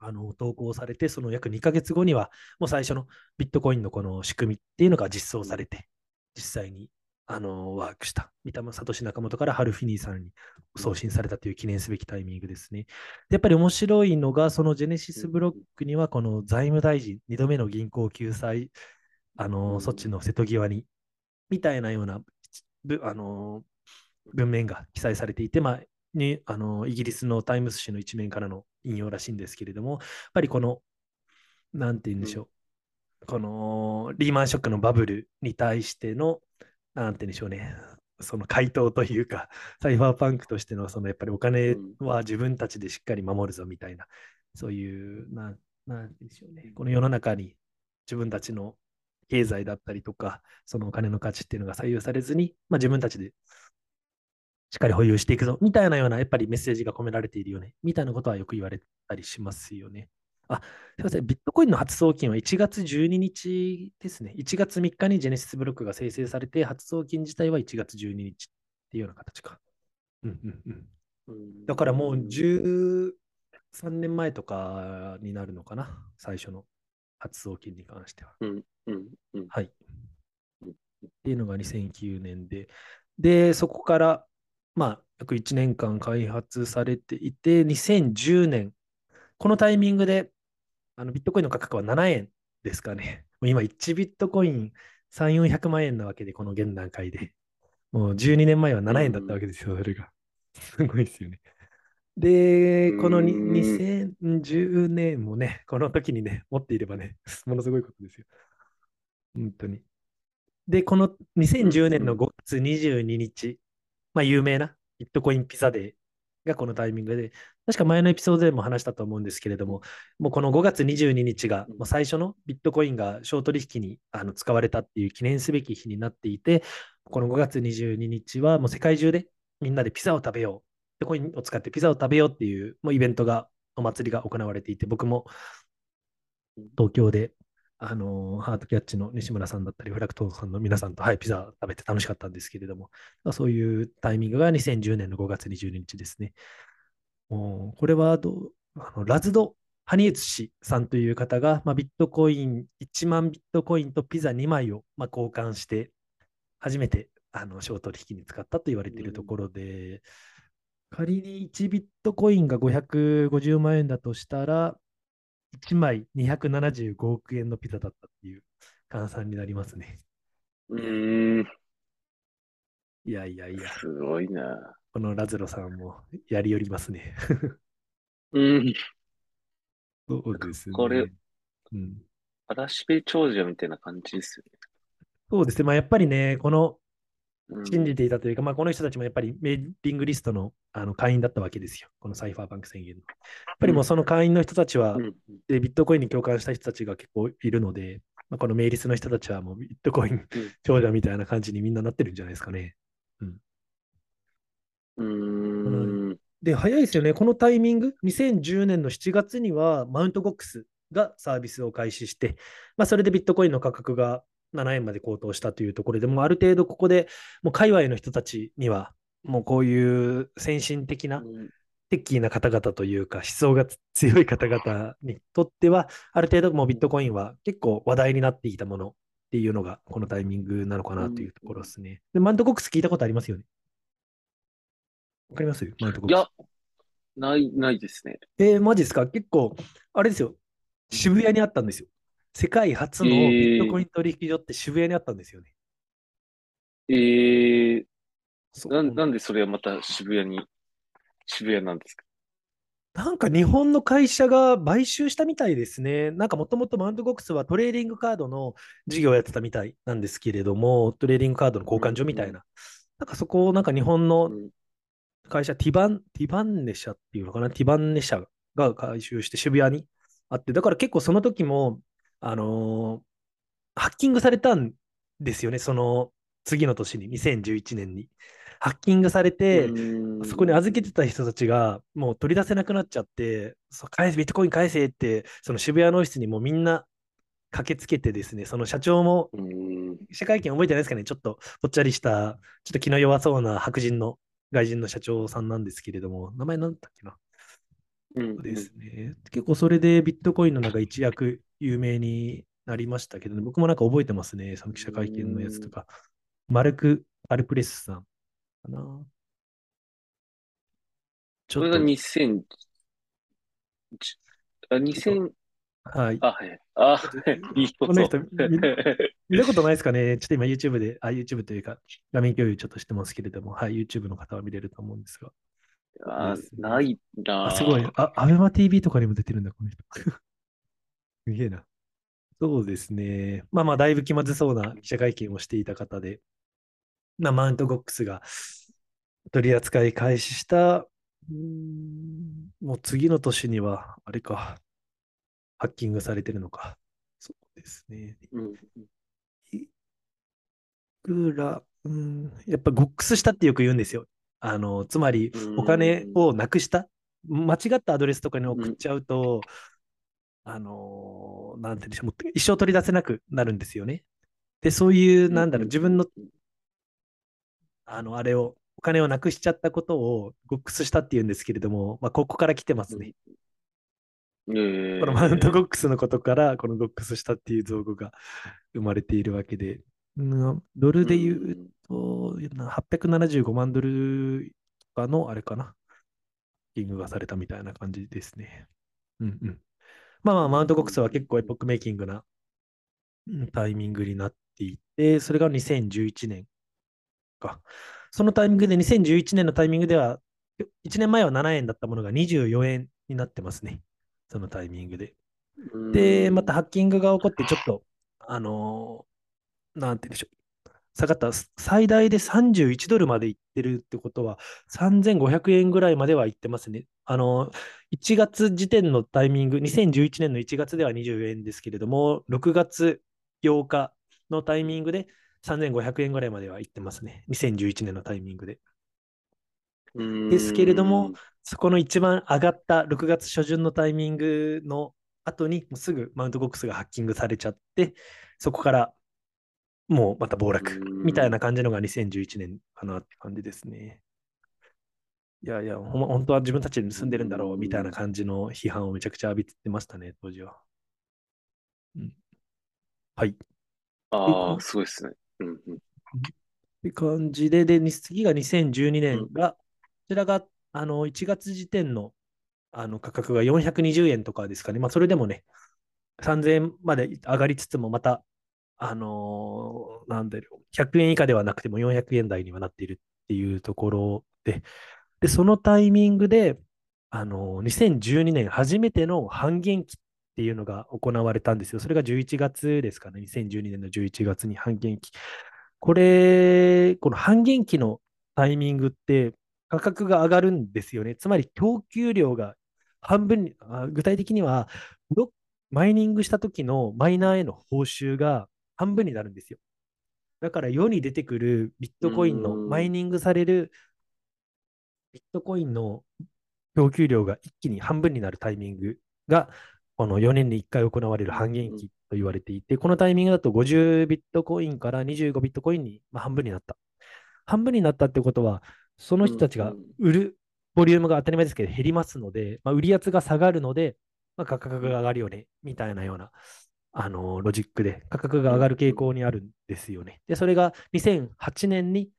あの投稿されて、その約にかげつごには、もう最初のビットコインのこの仕組みっていうのが実装されて、実際にあのワークした。三田聡仲本からハルフィニーさんに送信されたという記念すべきタイミングですね。でやっぱり面白いのが、そのジェネシスブロックには、この財務大臣、にどめの銀行救済あの措置の瀬戸際に、みたいなようなぶあの文面が記載されていて、まあにあのイギリスのタイムズ紙の一面からの引用らしいんですけれども、やっぱりこの、なんて言うんでしょう、このリーマンショックのバブルに対しての、なんて言うんでしょうね、その回答というか、サイファーパンクとしての、そのやっぱりお金は自分たちでしっかり守るぞみたいな、そういう、なん、なんて言うんでしょうね、この世の中に自分たちの経済だったりとか、そのお金の価値っていうのが左右されずに、まあ、自分たちでしっかり保有していくぞ、みたいなような、やっぱりメッセージが込められているよね、みたいなことはよく言われたりしますよね。あ、すみません。ビットコインの初送金はいちがつじゅうににちですね。いちがつみっかにジェネシスブロックが生成されて、初送金自体はいちがつじゅうににちっていうような形か。うんうんうん。 うだからもうん。 じゅうさんねんまえとかになるのかな。最初の初送金に関しては。 うん。うん。うん。 はい。っていうのがにせんきゅうねんで、で、そこから、まあ、約いちねんかん開発されていて、にせんじゅうねん、このタイミングで、あのビットコインの価格はななえんですかね。もう今、いちビットコインさん、よんひゃくまん円なわけで、この現段階で。もうじゅうにねんまえはななえんだったわけですよ、それが。すごいですよね。で、このにうん。 にせんじゅうねんもね、この時にね、持っていればね、ものすごいことですよ。本当に。で、この2010 うん。 年のうん。 ごがつにじゅうににち、まあ、有名なビットコインピザデーがこのタイミングで、確か前のエピソードでも話したと思うんですけれども、もうこのごがつにじゅうににちがもう最初のビットコインが小取引にあの使われたっていう記念すべき日になっていて、このごがつにじゅうににちはもう世界中でみんなでピザを食べよう、ビットコインを使ってピザを食べようっていうもうイベントが、お祭りが行われていて、僕も東京で、あのーハートキャッチの西村さんだったり、フラクトさんの皆さんと、はい、ピザ食べて楽しかったんですけれども、そういうタイミングがにせんじゅうねんのごがつにじゅうににちですね。もうこれはどうあのラズド・ハニエツ氏さんという方が、まあ、ビットコイン、いちまんビットコインとピザにまいを、まあ、交換して、初めてあの小取引に使ったと言われているところで、仮にいちビットコインがごひゃくごじゅうまん円だとしたら、いちまいにひゃくななじゅうごおく円のピザだったっていう換算になりますね。 うん。 いやいやいや、 すごいな。 このラズロさんもやりよりますね。 うん。 そうですこれ、 ね。うん、 嵐部長者みたいな感じですよね。 そうですね。まあ、やっぱりね、このうん。 信じていたというか、まあ、この人たちもやっぱりメーリングリストの、あの会員だったわけですよ。このサイファーバンク宣言の。やっぱりもううん。 その会員の人たちは、 うん。 でビットコインに共感した人たちが結構いるので、まあ、このメイリスの人たちはもうビットコインうん。 長者みたいな感じにみんななってるんじゃないですかね。うん。 うはい。 ん。うーん。 で、早いですよね。このタイミング、にせんじゅうねんのしちがつには、マウントゴックスがサービスを開始して、まあ、それでビットコインの価格がななえんまで高騰したというところで、もうある程度ここで、もう界隈の人たちには、もうこういう先進的な、 うん。 テッキーな方々というか、思想が強い方々にとっては、ある程度もうビットコインは結構話題になっていたものっていうのが、このタイミングなのかうん。 なというところですね。で、マウントゴックス聞いたことありますよね。わかりますマウントゴックス。 いや、ない、ないですね。 えー、マジですか？結構、あれですよ。 うん。 渋谷にあったんですよ。世界初のビットコインえ取引所って渋谷にあったんですよね。 ー、えー、なん、 そう。 なんでそれはまた渋谷に、渋谷なんですか？ なんか日本の会社が買収したみたいですね。なんかもともとマウントゴックスはトレーディングカードの事業をやってたみたいなんですけれども、トレーディングカードの交換うん。うん。 所みたいな。なんかそこをなんか日本のうん。 会社、ティバン、ティバンネ社っていうのかな、ティバンネ社が買収して渋谷にあって、だから結構その時も、あのーハッキングされたんですよね、その次の年に、にせんじゅういちねんに。ハッキングされうて、そこに預けてん。 た人たちがもう取り出せなくなっちゃって、そう返せ、ビットコイン返せって、その渋谷のオフィスにもうみんな駆けつけてですね、その社長も、 うん。 記者会見覚えてないですかね、ちょっとぽっちゃりした、ちょっと気の弱そうな白人の外人の社長さんなんですけれども、名前なんだっけな。 うん、 そうでうん。 すね。結構それでビットコインのなんか一躍有名になりましたけどね、僕もなんか覚えてますね、そうの記者会見のやつーん。 とか。マルク・アルプレスさんかな。ちょこれがっと、 にせん、あ、 ちょっと、 にせん、 はい。 あ、はい。あ、 ちょっと、 いいこと。 この人、み見たことないですかね。ちょっと今 YouTube で、あ、YouTube というか、画面共有ちょっとしてますけれども、はい、YouTube の方は見れると思うんですが。そうであ、 すね。 ないあ、すごい。 なあ、アベマ ティービー とかにも出てるんだ、この人。すげえな。そうですね。まあまあ、だいぶ気まずそうな記者会見をしていた方で、まあ、マウントゴックスが取り扱い開始した、うーん、もう次の年には、あれか、ハッキングされてるのか。そうですね。 ぁ。うん。 いくら、うん、やっぱゴックスしたってよく言うんですよ。あの、つまり、 うお金ん。 をなくした。間違ったアドレスとかにうん。 送っちゃうと、あの、なんて言うんでしょう、もう一生取り出せなくなるんですよね。で、そういう、 うん。 なんだろう、 うん。 自分の、あの、あれを、お金をなくしちゃったことをゴックスしたっていうんですけれども、まあ、ここから来てますね。 うん。えこのマウントゴえ。 ックスのことから、このゴックスしたっていう造語が生まれているわけで、うん、ドルうで言うん。 と、はっぴゃくななじゅうごまんドルとかの、あれかな、キングがされたみたいな感じですね。うんうん。まあまあ、 うん。 マウントゴックスはうん。 結構エポックメイキングなうんタイミングになっていて、それがにせんじゅういちねんか。そのタイミングで、にせんじゅういちねんのタイミングでは、いちねんまえはななえんだったものがにじゅうよえんになってますね。そのタイミングで。 うで、またん。 ハッキングが起こって、ちょっと、あのーなんて言うんでしょう。下がった、最大でさんじゅういちドルまでいってるってことは、さんぜんごひゃくえんぐらいまではいってますね。あの、いちがつ時点のタイミング、にせんじゅういちねんのいちがつではにじゅうえんですけれども、ろくがつようかのタイミングでさんぜんごひゃくえんぐらいまではいってますね。にせんじゅういちねんのタイミングで。 うですけれども、 ん。 そこの一番上がったろくがつ初旬のタイミングの後に、もうすぐマウントボックスがハッキングされちゃって、そこからもうまた暴う落みたいん。 な感じのがにせんじゅういちねんかなって感じですね。いやいや、ほんま本当は自分たちでう盗んでるんだろうみたいなん。 感じの批判をめちゃくちゃ浴びてましたね、当時は。うん、はい。で、 ああ、 こすごいですね。うん。うん。 って感じで、で、に次がにせんじゅうにねうん。 んが、こちらがあのいちがつ時点の、あの価格がよんひゃくにじゅうえんとかですかね。まあ、それでもね、さんぜんえんまで上がりつつも、また、あのーなんだろう、ひゃくえん以下ではなくてもよんひゃくえん台にはなっているっていうところで、で、そのタイミングで、あのーにせんじゅうにねん初めての半減期っていうのが行われたんですよ。それがじゅういちがつですかね。にせんじゅうにねんのじゅういちがつに半減期。これ、この半減期のタイミングって価格が上がるんですよね。つまり供給量が半分に、あ具体的には、ブロックマイニングした時のマイナーへの報酬が半分になるんですよ。だから世に出てくるビッうトコインのマイん。 ニングされるビットコインの供給量が一気に半分になるタイミングが、このよねんにいっかい行われるうん。 半減うん。 期と言われていて、このタイミングだとごじゅうビットコインからにじゅうごビットコインに、まあ、半分になった。半分になったってことは、そのうん。 人たちがうん。 売るボリュームが当たり前ですけど減りますので、まあ、売り圧が下がるので、まあ、価格が上がるよね、みたいなような、あのロジックで価格がうん。 上がる傾うん。 向にあるんですよね。で、それがにせんはちねんに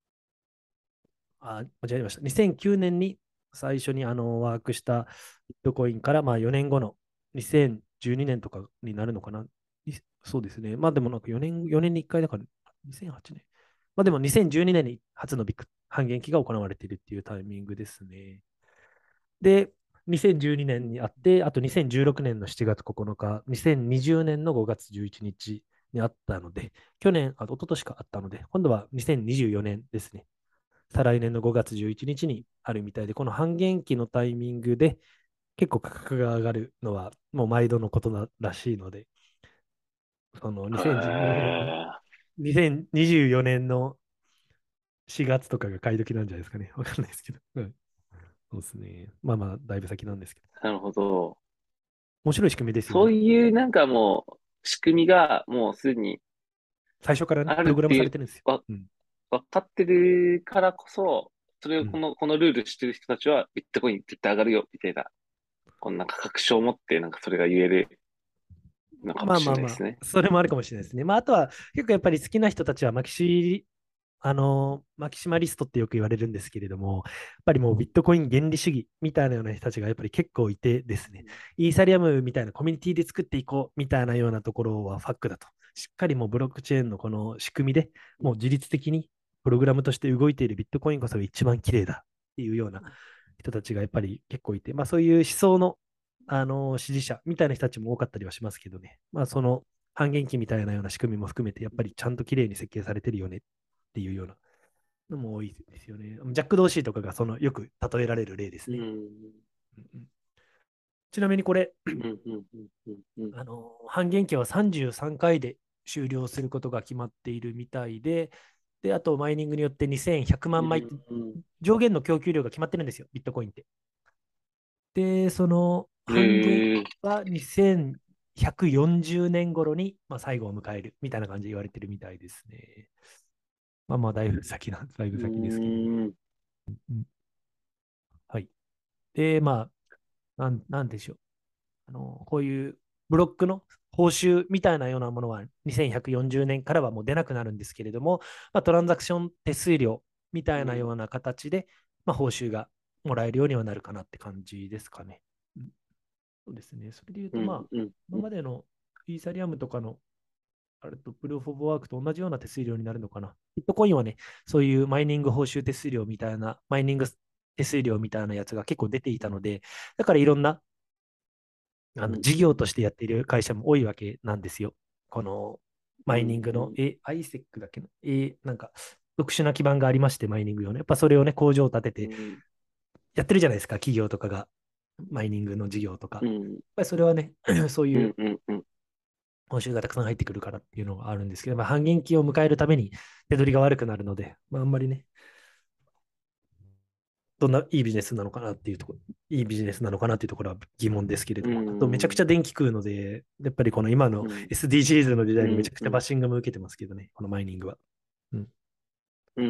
あ、間違えました。にせんきゅうねんに最初にあのワークしたビットコインからまあよねんごのにせんじゅうにねんとかになるのかな。いそうですね。まあでもなんかよねん、よねんにいっかいだからにせんはちねん。まあでもにせんじゅうにねんに初のビッグ半減期が行われているっていうタイミングですね。で、にせんじゅうにねんにあって、あとにせんじゅうろくねんのしちがつここのか、にせんにじゅうねんのごがつじゅういちにちにあったので、去年、あ、一昨年かあったので、今度はにせんにじゅうよねんですね。再来年のごがつじゅういちにちにちにあるみたいで、この半減期のタイミングで結構価格が上がるのはもう毎度のことならしいので、そのへにせんじゅうねん、 え。 にせんにじゅうよねんのしがつとかが買い時なんじゃないですかね。わかんないですけど。うん、そうですね。まあまあ、だいぶ先なんですけど。 なるほど。 面白い仕組みですよそうね。 いうなんかもう、仕組みがもうすでに最初からね、 あプログラるっていう、 ムされてるんですよ。 わ、 うん。 分かってるからこそ、それうん。 をこの、このルール知ってる人たちは、ビットコイン絶対上がるよ、みたいな。 こんな確証を持って、なんかそれが言えるのかもしまあまあまれないですね。 あ、それもあるかもしれないですね。まあ、あとは結構やっぱり好きな人たちはマキシ、あの、マキシマリストってよく言われるんですけれども、やっぱりもうビットコイン原理主義みたいなような人たちがやっぱり結構いてですね、イーサリアムみたいなコミュニティで作っていこうみたいなようなところはファックだと。しっかりもうブロックチェーンのこの仕組みでもう自律的にプログラムとして動いているビットコインこそが一番綺麗だっていうような人たちがやっぱり結構いて、まあそういう思想の、あの支持者みたいな人たちも多かったりはしますけどね、まあその半減期みたいなような仕組みも含めて、やっぱりちゃんと綺麗に設計されてるよねっていうようなのも多いですよね。ジャック・ドーシーとかがそのよく例えられる例ですね。 うん。 うんうん、ちなみにこれ、 うん、うん、うん、うん、うん。 あの半減期はさんじゅうさんかいで終了することが決まっているみたいで、で、あとマイニングによってにせんひゃくまん枚って上限の供給量が決まってるんですよ、ビットコインって。で、そのうん。 半減ええ、 はにせんひゃくよんじゅうねん頃に、まあ、最後を迎えるみたいな感じで言われてるみたいですね。まあまあ、だいぶ先な、だいぶう先ですけれども。 ーん。 うん、はい。で、まあ、なん、なんでしょう。あの、こういうブロックの報酬みたいなようなものはにせんひゃくよんじゅうねんからはもう出なくなるんですけれども、まあ、トランザクション手数料みたいなような形で、まあ、報酬がもらえるようにはなるかなって感じですかね。うん、そうですね。それで言うと、 うん、 まあ、 うん、うん。 今までのイーサリアムとかのあれとプルーフ・オブ・ワークと同じような手数料になるのかな。ビットコインはね、そういうマイニング報酬手数料みたいな、マイニング手数料みたいなやつが結構出ていたので、だからいろんなあうん、 の事うん、 業としてやっている会社も多いわけなんですよ。このうん、 マイニングの、 うん、 え、アイセックだっけな、え、なんか特殊な基盤がありまして、マイニング用ね。やっぱそれをね、工場を立ててうん、 やってるじゃないですか、企業とかが、マイニングの事業とか。やっうん、 ぱりそれはね、そういううん、うん、うん。 報酬がたくさん入ってくるからっていうのがあるんですけど、まあ、半減期を迎えるために手取りが悪くなるので、まあ、あんまりね、どんないいビジネスなのかなっていうところ、いいビジネスなのかなっていうところは疑問ですけれうども、あとめちゃくちん、 ゃ電気食うので、やっぱりこの今のうん、 エスディージーズ の時代にめちうん、 ゃくちゃバッうん、 シングも受けてますけどね、このマイニングは。うん、 うん。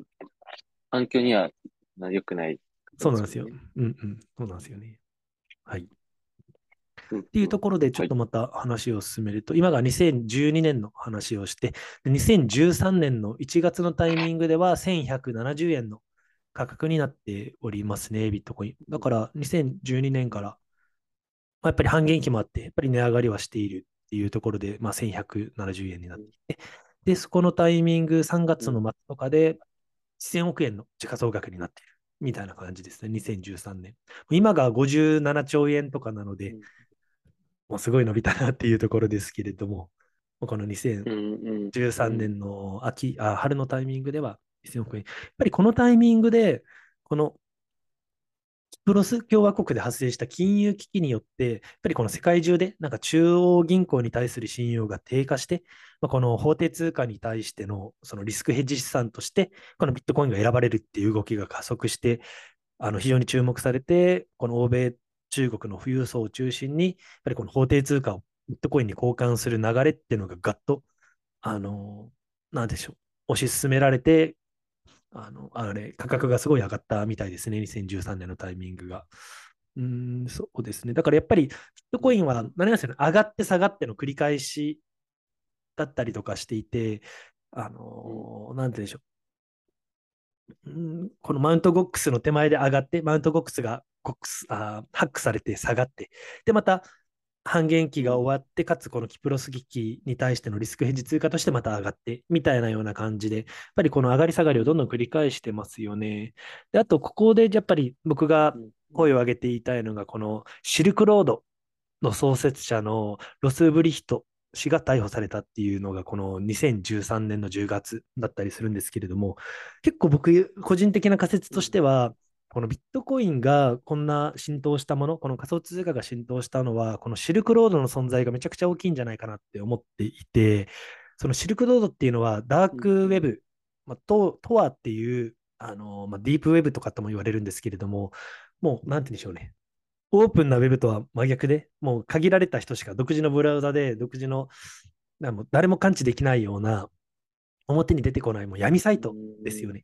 環境には良くないことそうなんですよ。 ですもんね。 うんうん、そうなんですよね。はい。っうん、 ていううん。 ところで、ちょっはい。 とまた話を進めると、今がにせんじゅうにねんの話をして、にせんじゅうさんねんのいちがつのタイミングではせんひゃくななじゅうえんの価格になっておりますね、ビットコイン。だからにせんじゅうにねんから、まあ、やっぱり半減期もあって、やっぱり値上がりはしているっていうところで、まあ、せんひゃくななじゅうえんになっていて、で、そこのタイミング、さんがつの末とかでせんおく円の時価総額になっているみたいな感じですね、にせんじゅうさんねん。今がごじゅうななちょう円とかなので、もうすごい伸びたなっていうところですけれども、このうん、うん、 2013 うん。 年の秋、あ、春のタイミングではせんおく円。やっぱりこのタイミングで、このキプロス共和国で発生した金融危機によって、やっぱりこの世界中でなんか中央銀行に対する信用が低下して、まあ、この法定通貨に対してのそのリスクヘッジ資産として、このビットコインが選ばれるっていう動きが加速して、あの非常に注目されて、この欧米、中国の富裕層を中心に、やっぱりこの法定通貨をビットコインに交換する流れっていうのがガッと、あの、なんでしょう、推し進められて、あの、あれ、価格がすごい上がったみたいですね、にせんじゅうさんねんのタイミングが。うーん、そうですね。だからやっぱり、ビットコインは、何なんですよね、上がって下がっての繰り返しだったりとかしていて、あの、なんて言うんでしょう。うん、このマウントゴックスの手前で上がって、マウントゴックスがゴックスあハックされて下がって、で、また半減期が終わって、かつこのキプロス危機に対してのリスクヘッジ通貨としてまた上がって、みたいなような感じで、やっぱりこの上がり下がりをどんどん繰り返してますよね。で、あと、ここでやっぱり僕が声を上げて言いたいのが、このシルクロードの創設者のロス・ブリヒト氏が逮捕されたっていうのが、このにせんじゅうさんねんのじゅうがつだったりするんですけれども、結構僕、個人的な仮説としては、このビットコインがこんな浸透したもの、この仮想通貨が浸透したのは、このシルクロードの存在がめちゃくちゃ大きいんじゃないかなって思っていて、そのシルクロードっていうのは、ダークウェブ、まあ、トトアっていう、あのまあ、ディープウェブとかとも言われるんですけれども、もう、なんて言うんでしょうね。オープンなウェブとは真逆で、もう限られた人しか独自のブラウザで、独自の、もう誰も感知できないような、表に出てこないもう闇サイトですよね。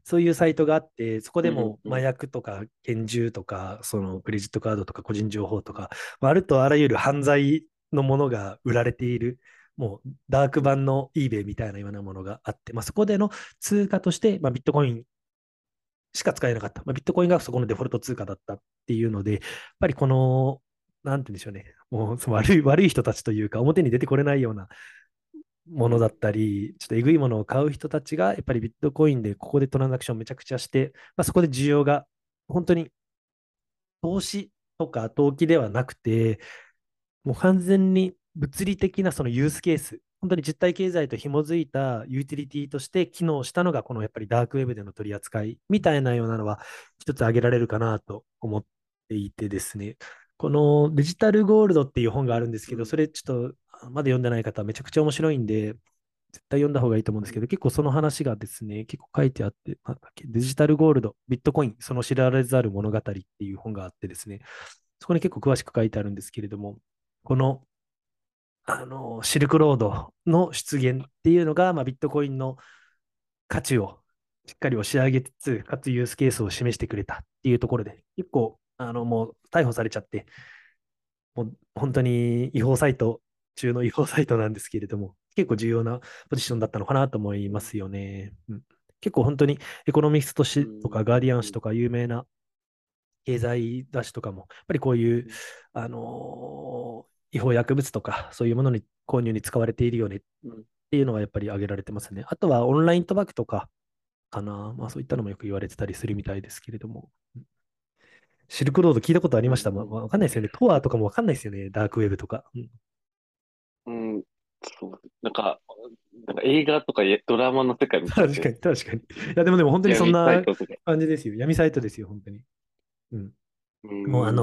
そういうサイトがあって、そこでうん、 も麻うん、 薬とか拳銃とか、そのクレジットカードとか個人情報とか、まああるとあらゆる犯罪のものが売られている、もうダークうん、 版の eBay みたいなようなものがあって、まあ、そこでの通貨として、まあ、ビットコインしか使えなかった。まあ、ビットコインがそこのデフォルト通貨だったっていうので、やっぱりこの、なんて言うんでしょうね。もうその悪い、悪い人たちというか、表に出てこれないようなものだっうん、 たり、ちょっとえぐいものを買う人たちが、やっぱりビットコインでここでトランザクションめちゃくちゃして、まあ、そこで需要が本当に投資とか投機ではなくて、もう完全に物理的なそのユースケース、本当に実体経済と紐づいたユーティリティとして機能したのが、このやっぱりダークウェブでの取り扱いみたいなようなのは、一つ挙げられるかなと思っていてですね、このデジタルゴールドっていう本があるんですけど、それちょっとまだ読んでない方はめちゃくちゃ面白いんで、絶対読んだ方がいいと思うんですけど、結構その話がですね、結構書いてあって、なんだっけ、デジタルゴールド、ビットコイン、その知られざる物語っていう本があってですね、そこに結構詳しく書いてあるんですけれども、このあの、シルクロードの出現っていうのが、まあ、ビットコインの価値をしっかり押し上げつつ、かつユースケースを示してくれたっていうところで、結構、あの、もう逮捕されちゃって、もう本当に違法サイト中の違法サイトなんですけれども、結構重要なポジションだったのかなと思いますよね。うん、結構本当にエコノミストう誌とかガーディアン紙ん、 とか有名な経済雑誌とかも、やっぱりこういう、 うん、 あのー違法薬物とか、そういうものに購入に使われているよねっていうのはやっぱり挙げられてますね。あとはオンライン賭博とかかな。まあそういったのもよく言われてたりするみたいですけれども。シルクロード聞いたことありました。まあ、 うん、 わかんないですよね。トアとかもわかんないですよね。ダークウェブとか。うん、 うん、うん、そう。なんか、なんか映画とかドラマの世界みたいで、 確かに、確かに。いや、でもでも本当にそん闇サイなトとか。 感じですよ。闇サイトですよ、本当に。うん。 うん、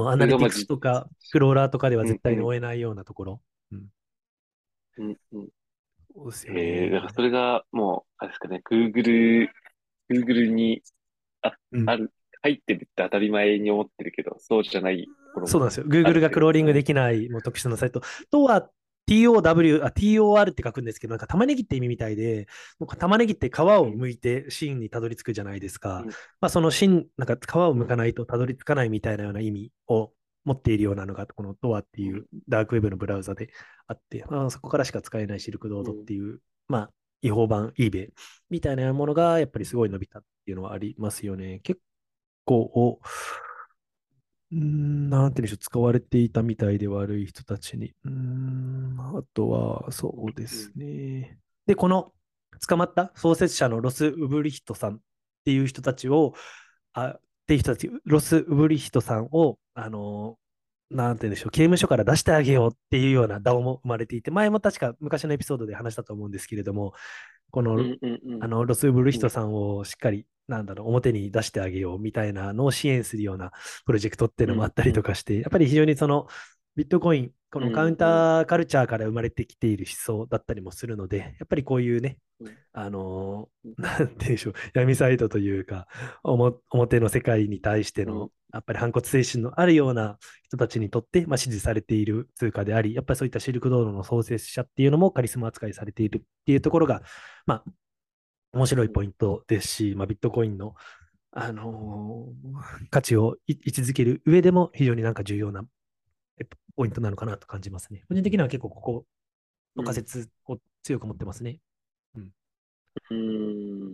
もうあの、アそれがまあ、 ナリティクスじ、 とか、クローラーとかではうん、うん、 絶対に追えないようなところ。うん。 うん、うん。 そうですよえー、だからそね。 れがもう、あれですかね、Google、Google にあ、 うん。 ある、入ってるって当たり前に思ってるけど、そうじゃないところもそうなんですよ。 ある Google っがクローリングでてことですね。 きないもう特殊なサイトとは ティーオーダブリュー、あ、ティーオーアール って書くんですけど、なんか玉ねぎって意味みたいで、もう玉ねぎって皮をうん、 剥いて芯にたどり着くじゃないですか。 うん、 まあ、その芯、なんか皮をうん、 剥かないとたどり着かないみたいなような意味を持っているようなのが、この トア ってうん、 いうダークウェブのブラウザであって、まあ、そこからしか使えないシルクローうん、 ドっていう、まあ、違法版 eBay みたいなものがやっぱりすごい伸びたっていうのはありますよね。結構、うーん、なんていうんでしょう、使われていたみたいで悪い人たちに。うーん、あとは、そうですうん、 ね。で、この捕まった創設者のロス・ウブリヒトさんっていう人たちを、あ、っていう人たち、ロス・ウブリヒトさんを、あの、なんていうんでしょう、刑務所から出してあげようっていうような談も生まれていて、前も確か昔のエピソードで話したと思うんですけれども、この、 うん、うん、うん、 あの、ロス・ブルヒうん、 トさんをしっかり、なんだろう、表に出してあげようみたいなのを支援するようなプロジェクトっていううん、 のもあったりとかして、やっぱり非常にその、ビットコイン、こうん、 のカウンうん、 ターカルチャーから生まれてきている思想だったりもするので、やっぱりこういうね、 うん、 あのうん、 ーなんて言うんでしょう、闇サイトというか、おも表の世界に対しての、 うん、 やっぱり反骨精神のあるような人たちにとって、まあ、支持されている通貨であり、やっぱりそういったシルクロードの創設者っていうのもカリスマ扱いされているっていうところが、まあ、面白いポイントですし、まあ、ビットコインの、あのー価値をい位置づける上でも非常になんか重要なえポイントなのかなと感じますね。個人的には結構ここの仮うん、 説を強く持ってますね。うん。 うん、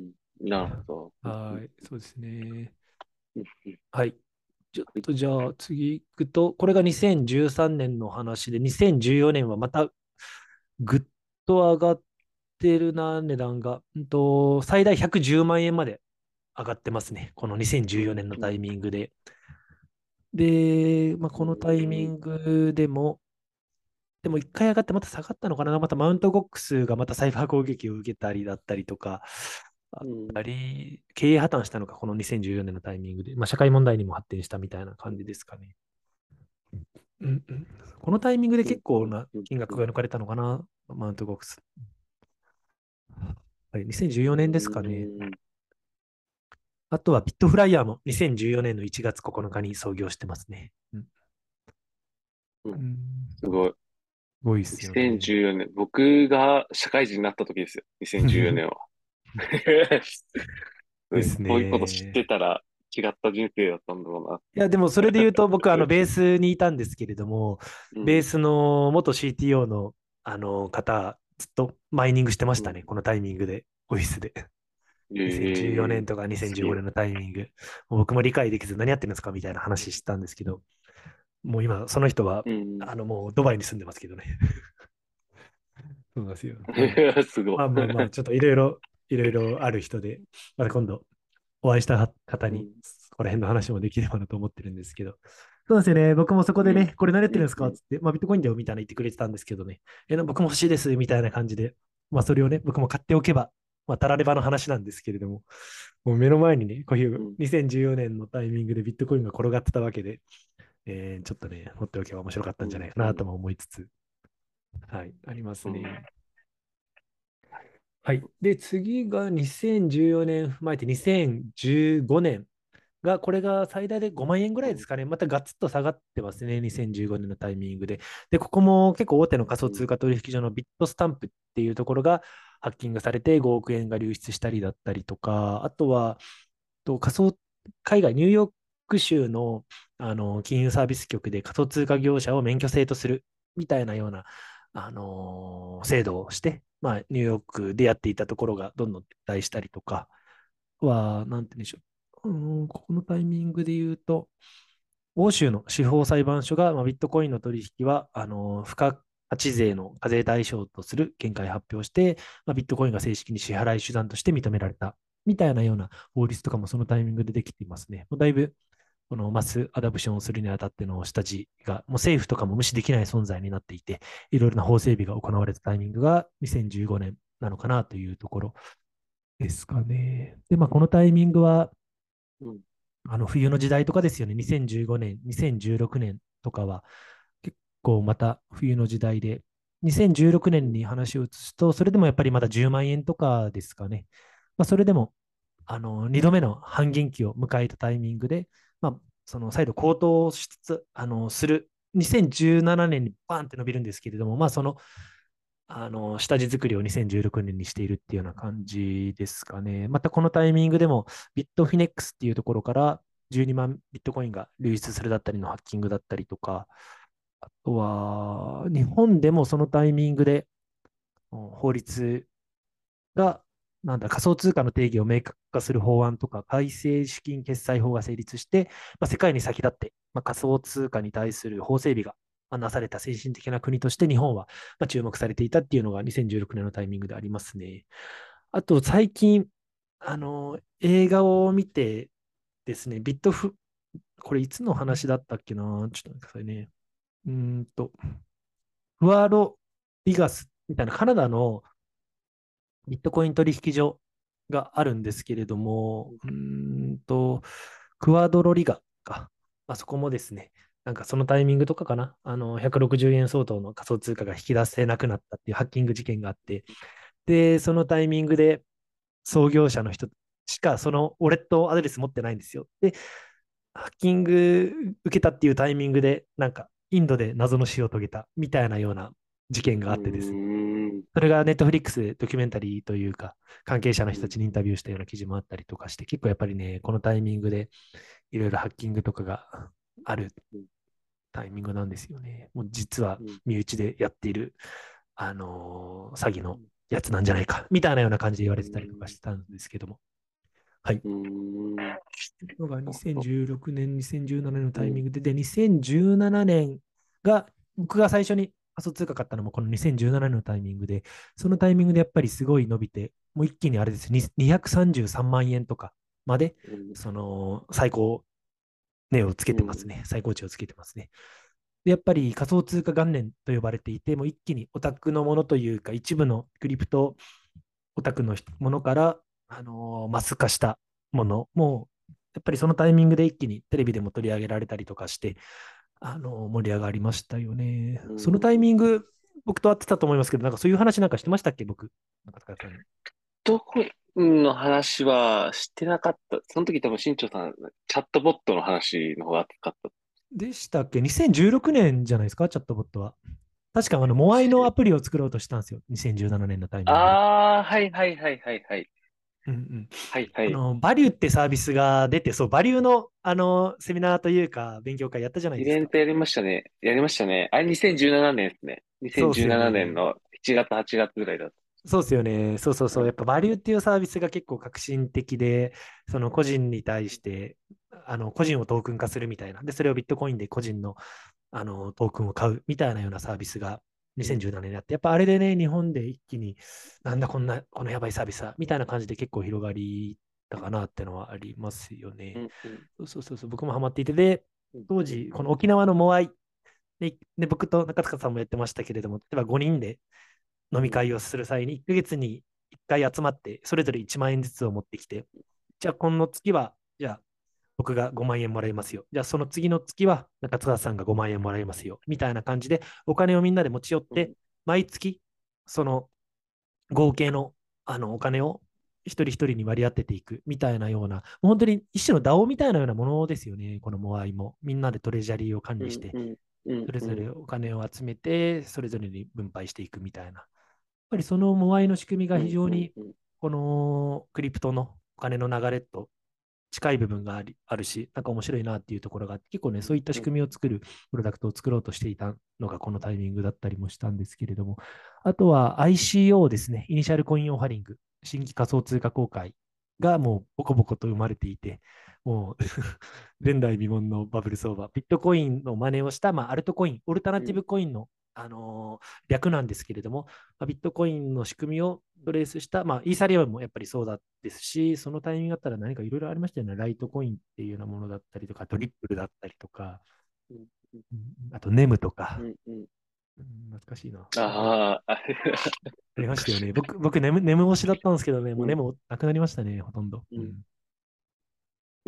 なるほど。うん、うん、 はい、そうですね。 うん、うん、 はい。ちょっはい、 とじゃあ次行くと、これがにせんじゅうさんねんの話で、にせんじゅうよねんはまたぐっと上がってるな、値段が。うんと、最大ひゃくじゅうまん円まで上がってますね。この2014 うん、 年のタイうん、 ミングで。で、まあ、 うこのタイミん、 ングでも、でも一回上がってまた下がったのかな。またマウントゴックスがまたサイバー攻撃を受けたりだったりとか、あったうん、 り、経営破綻したのか、このにせんじゅうよねんのタイミングで、まあ、社会問題にも発展したみたいな感じですかね。うんうん、このタイミングでうん、 結構うん、 なうん、 金額が抜かれたのかな、マウントゴックス。はい、 うにせんじゅうよねんですかね。 ん、 あとはビットフライヤーもにせんじゅうよねんのいちがつここのかに創業してますね。うん、 うん、 うん、 すごい。 すごいですよね。 にせんじゅうよねん、僕が社会人になった時ですよ。にせんじゅうよねんは。 うん、 ですそういうこと知っね。 てたら違った人生だったんだろうな。 いや、でもそれで言うと、僕、あの、ベースにいたんですけれども、 うん、 ベースの元 シーティーオー の、あの方、ずっとマイニングしてましうん。 たね、このタイミングで、オフィスで。にせんじゅうよねんええ、 とか2015 すげえ。 年のタイミング。もう僕も理解できず何やってるんですかみたいな話したんですけど、もう今、その人は、 うん。 あの、もうドバイに住んでますけどね。そうなんですよ。なんで、 すごい。 まあまあまあ、ちょっといろいろ、いろいろある人で、また今度お会いした方に、 うん、 そこら辺の話もできればなと思ってるんですけど。そうなんですよね。僕もそこうん、 でね、これ何やってうん、 るんですうん。 かつって、まあビットコインだよみたいな言ってくれてたんですけどね。え、僕も欲しいですみたいな感じで、まあそれをね、僕も買っておけば、まあたらればの話なんですけれども、もう目の前にね、こういううん、 にせんじゅうよねんのタイミングでビットコインが転がってたわけで、えーちょっとね、持っておけば面白かったうん、 んじゃないかうん。 なとも思いつつ、はい、ありますうん、 ね。はい。で、次がにせんじゅうよねん踏まえてにせんじゅうごねんが、これが最大でごまん円ぐらうん、 いですかね。またガツッと下がってますね。にせんじゅうごねんのタイミングで。で、ここも結構大手の仮想通貨取引所のビットスタンプっていうところがハッキングされてごおく円が流出したりだったりとか、あとは、と仮想、海外、ニューヨーク州の、あの金融サービス局で仮想通貨業者を免許制とするみたいなような、あの制度をして、まあ、ニューヨークでやっていたところがどんどん撤退したりとかは、なんて言うんでしょう。うん、ここのタイミングで言うと、欧州の司法裁判所が、まあ、ビットコインの取引は、あの付加価値税の課税対象とする見解を発表して、まあ、ビットコインが正式に支払い手段として認められたみたいなような法律とかもそのタイミングでできていますね。もうだいぶこのマスアダプションをするにあたっての下地が、もう政府とかも無視できない存在になっていて、いろいろな法整備が行われたタイミングがにせんじゅうごねんなのかなというところですかね。で、まあ、このタイミングは、 うん、 あの冬の時代とかですよね。にせんじゅうごねん、にせんじゅうろくねんとかは、結構また冬の時代で、にせんじゅうろくねんに話を移すと、それでもやっぱりまだじゅうまん円とかですかね。まあ、それでも、あの、にどめの半減期を迎えたタイミングで、まあ、その再度高騰しつつ、あの、する。にせんじゅうななねんにバーンって伸びるんですけれども、まあ、その、あの、下地作りをにせんじゅうろくねんにしているっていうような感じですかね。またこのタイミングでも、ビットフィネックスっていうところからじゅうにまんビットコインが流出するだったりのハッキングだったりとか、あとは、日本でもそのタイミングで法律が、なんだ、仮想通貨の定義を明確化する法案とか、改正資金決済法が成立して、まあ、世界に先立って、まあ、仮想通貨に対する法整備がなされた先進的な国として日本はまあ注目されていたっていうのがにせんじゅうろくねんのタイミングでありますね。あと、最近、あの、映画を見てですね、ビットフ、これいつの話だったっけな、ちょっと待ってくださいね。うーんと、フワロリガスみたいなカナダのビットコイン取引所があるんですけれども、うーんと、クワドロリガか。あそこもですね、なんかそのタイミングとかかな、あの、ひゃくろくじゅうえん相当の仮想通貨が引き出せなくなったっていうハッキング事件があって、で、そのタイミングで創業者の人しかそのウォレットアドレス持ってないんですよ。で、ハッキング受けたっていうタイミングで、なんかインドで謎の死を遂げたみたいなような事件がうあってですね、 ん、 それがネットフリックスでドキュメンタリーというか、関係者のうん、 人たちにインタビューしたような記事もあったりとかして、結構やっぱりね、このタイミングでいろいろハッキングとかがあるうん、 タイミングなんですよね。もう実はうん、 身内でやっている、あのー詐欺のやつなんじゃないか、みたいなような感じで言われてたりとかしてたんですけども。はい。 うん、 のがにせんじゅうろくねん、にせんじゅうななねんのうん、 タイミングで、で、にせんじゅうななねんが、僕が最初に仮想通貨買ったのもこのにせんじゅうななねんのタイミングで、そのタイミングでやっぱりすごい伸びて、もう一気にあれです、ににひゃくさんじゅうさんまん円とかまで、 うん、 その最高値をつけうん、 てますね。最高値をつけてますね。で、やっぱり仮想通貨元年と呼ばれていて、もう一気にオタクのものというか、一部のクリプトオタクのものから、あのーマス化したものも、やっぱりそのタイミングで一気にテレビでも取り上げられたりとかして、あのー盛り上がりましたよね。 うそのタイん。 ミング、僕と会ってたと思いますけど、なんかそういう話なんかしてましたっけ、僕。中塚さんに。 どこの話はしてなかった。その時多分新庄さん、チャットボットの話の方が熱かった。 でしたっけ？ にせんじゅうろく 年じゃないですか、チャットボットは。確か、あの、モアイのアプリを作ろうとしたんですよ。にせんじゅうななねんのタイミングで。 ああー、はいはいはいはいはい。 うんうん。 はいはい。 あの、バリューってサービスが出て、そう、バリューの、あの、セミナーというか、勉強会やったじゃないですか。 イベントやりましたね。やりましたね。あれにせんじゅうななねんですね。 そうっす 2017 よね。 年のしちがつ、はちがつぐらいだった。 そうですよね。そうそうそう。やっうん。 ぱバリューっていうサービスが結構革新的で、その個人に対して、あの、個人をトークン化するみたいな。で、それをビットコインで個人の、あの、トークンを買うみたいなようなサービスがうん。 にせんじゅうななねんになって、やっぱあれでね、日本で一気に、なんだこんな、このやばいサービスは、みたいな感じで結構広がりたかなってのはありますよね。 うん。うん。 そうそうそうそう、僕もハマっていて、で、 うん。うん。 当時、この沖縄のモアイで、で僕と中塚さんもやってましたけれども、例えばごにんで飲み会をする際に、いっかげつにいっかい集まって、それぞれいちまん円ずつを持ってきて、じゃあ、今の月は、じゃあ、僕がごまん円もらいますよ。じゃあ、その次の月は中津川さんがごまん円もらいますよ。みたいな感じで、お金をみんなで持ち寄って、 うん。 毎月、その合計の、あのお金を一人一人に割り当てていくみたいなような、もう本当に一種の ダオ みたいなようなものですよね、このモアイも。みんなでトレジャリーを管うん。 理して、 うん。うん。 それぞうん。 れお金を集めて、それぞれに分配していくみたいな。やっぱりそのモアイの仕組みがうん。うん。 非常に、 うん。 このクリプトのお金の流れと近い部分がありあるし、なんか面白いなっていうところがあって、結構ね、そういった仕組みを作るプロダクトを作ろうとしていたのがこのタイミングだったりもしたんですけれども、あとは アイシーオー ですね、イニシャルコインオファリング、新規仮想通貨公開がもうボコボコと生まれていて、もう前代未聞のバブル相場、ビットコインの真似をした、まあ、アルトコイン、オルタナティブコインの、あのー略なんですけれども、まあ、ビットコインの仕組みをトレースした、まあ、イーサリアムもやっぱりそうだですし、そのタイミングだったら何かいろいろありましたよね。ライトコインっていうようなものだったりとか、あとリップルだったりとか、 うん。うん。 うんあとネムとか、 うん。うん。 うん懐かしいな。なんかああ、あありましたよね。僕、僕ネム、ネム推しだったんですけどね、もうん。 うネムなくなりましたね、ほとんど。 うん。 うんうん。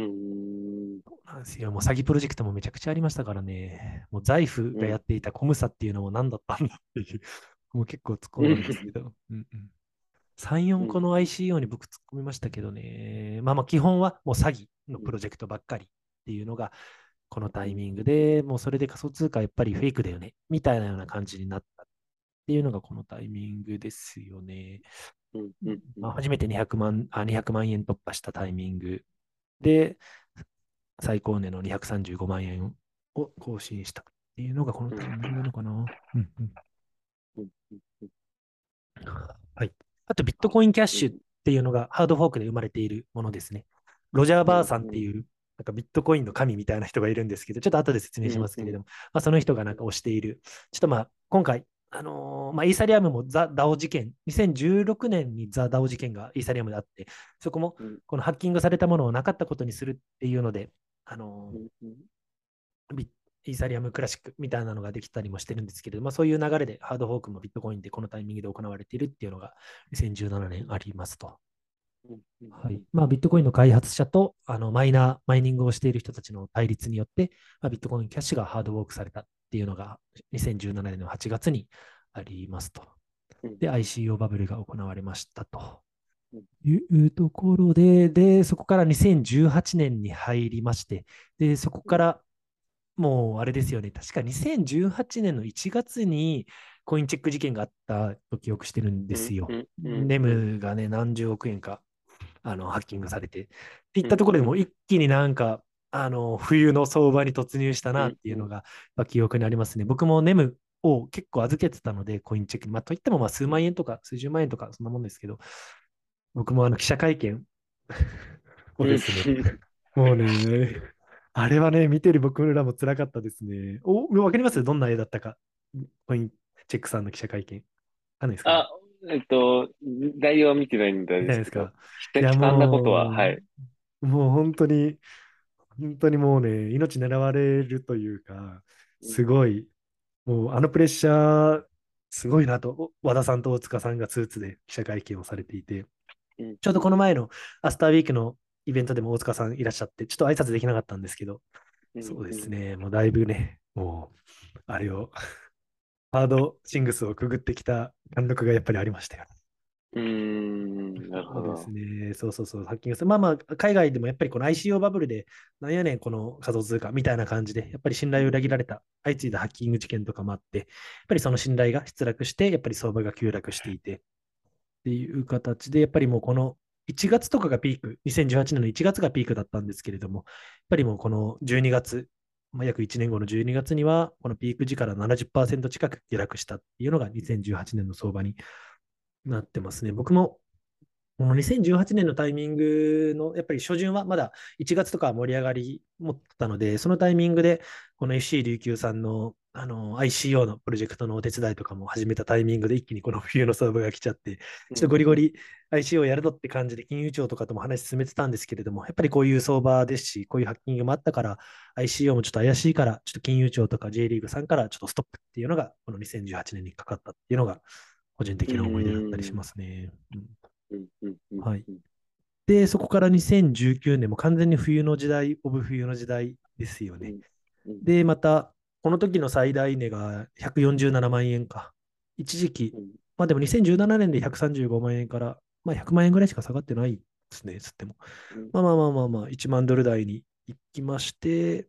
そうなんですよ。もう詐欺プロジェクトもめちゃくちゃありましたからね。もう財布うん。 がやっていたコムサっていうのも何だったんだっていう、もう結構突っ込んだんですけうん。 ど。うんうんさん、よんうん。 個の アイシーオー に僕突っ込みましたけどね。まあまあ基本はもう詐欺のうん。 プロジェクトばっかりっていうのがこのタうん。 イミングで、もうそれで仮想通貨やっぱりフェイクだよね、みたいなような感じになったっていうのがこのタイミングですよね。 うん。 うんうん。うん。 まあ、初めてにひゃくまん、あ、にひゃくまん円突破したタイミングで、最高値のにひゃくさんじゅうごまん円を更新したっていうのがこのうん。 タイミングなのかな。うんうんうん。うん。 はい。あと、ビットコインキャッシュっうん。 ていうのがハードフォークで生まれているものですね。ロジャー・うん。 バーさんっていう、なんかビットコインの神みたいな人がいるんですけど、ちょっと後で説明うん。 しますけれども、まあ、その人がなんか推している、ちょっとまあ、今回、あのーまあ、イーサリアムもザ・ダオ事件、にせんじゅうろくねんにザ・ダオ事件がイーサリアムであって、そこもうん。 このハッキングされたものをなかったことにするっていうので、あのーうん。うん。 ビイーサリアムクラシックみたいなのができたりもしてるんですけれども、まあ、そういう流れでハードフォークもビットコインでこのタイミングで行われているっていうのがにせんじゅうななねんありますと。 うん。うん。 はい。 うん。 まあ、ビットコインの開発者とあのマイナー、マイニングをしている人たちの対立によって、まあ、ビットコインキャッシュがハードウォークされたっていうのがにせんじゅうななねんのはちがつにありますと。 うん。 で、アイシーオー バブルが行われましたとうん。 いうところで、で、そこからにせんじゅうはちねんに入りまして、で、そこからもうあれですよね、確かにせんじゅうはちねんのいちがつにコインチェック事件があったと記憶してるんでうん。 すよ。 うん。うん。 ネうん。 ムがね、何十億円かあのハッキングされて。っていっうん。 たところでもうん。 一気になんか、あの、冬の相場に突入したなっうん。うん。 ていうのが、まあ記憶にありますね。僕もネムを結構預けてたので、コインチェックに。まあ、といってもまあ数万円とか数十万円とかそんなもんですけど、僕もあの記者会見をうん。 ですね、もうね、あれはね、見てる僕らも辛かったですね。お、わかりますどんな絵だったか。コインチェックさんの記者会見。わかんないですかね。 あ、えっと、概要は見てないんみたいですか。 ですけど、 いや、 悲惨なことは、 もはい。 う、もう本当に、本当にもうね、命狙われるというか、 うん。 すごい、もうあのプレッシャー、すごいなと、お和田さんと大塚さんがスーツで記者会見をされていて、 うん。 ちょうどうん。 この前のアスターウィークのイベントでも大塚さんいらっしゃって、ちょっと挨拶できなかったんですけど、 うん。 そうでうん。 すね、もうだいぶね、もう、あれを、ハードシングスをくぐってきた貫禄がやっぱりありましたよ。 うーん。なるそうですほど。 ね。そうそうそう。ハッキングする。まあまあ、海外でもやっぱりこの アイシーオー バブルで、なんやねん、この仮想通貨みたいな感じで、やっぱり信頼を裏切られた、相次いだハッキング事件とかもあって、やっぱりその信頼が失落して、やっぱり相場が急落していて、っていう形で、やっぱりもうこのいちがつとかがピーク、にせんじゅうはちねんのいちがつがピークだったんですけれども、やっぱりもうこのじゅうにがつ、まあ、約いちねんごのじゅうにがつには、このピーク時からななじゅっパーセント近く下落したっていうのがにせんじゅうはちねんの相場になってますね。僕もこのにせんじゅうはちねんのタイミングの、やっぱり初旬はまだいちがつとかは盛り上がり持ったので、そのタイミングで、この エフシー 琉球さんの、あの アイシーオー のプロジェクトのお手伝いとかも始めたタイミングで、一気にこの冬の相場が来ちゃって、ちょっとゴリゴリ アイシーオー やるぞって感じで、金融庁とかとも話進めてたんですけれども、やっぱりこういう相場ですし、こういうハッキングもあったから、アイシーオー もちょっと怪しいから、ちょっと金融庁とか J リーグさんからちょっとストップっていうのが、このにせんじゅうはちねんにかかったっていうのが、個人う的な思い出だったりしん。 ますね。うん、 うん。うん。うん。 はい。 うん。 で、そこからにせんじゅうきゅうねんも完全に冬の時代、オブ冬の時代ですよね。 うん。うん。 で、また、この時の最大値がひゃくよんじゅうななまん円か。一時期、 うん。 まあでもにせんじゅうななねんでひゃくさんじゅうごまん円から、まあひゃくまん円ぐらいしか下がってないですね、つっても。 うん。 まあまあまあまあまあ、いちまんドル台に行きまして、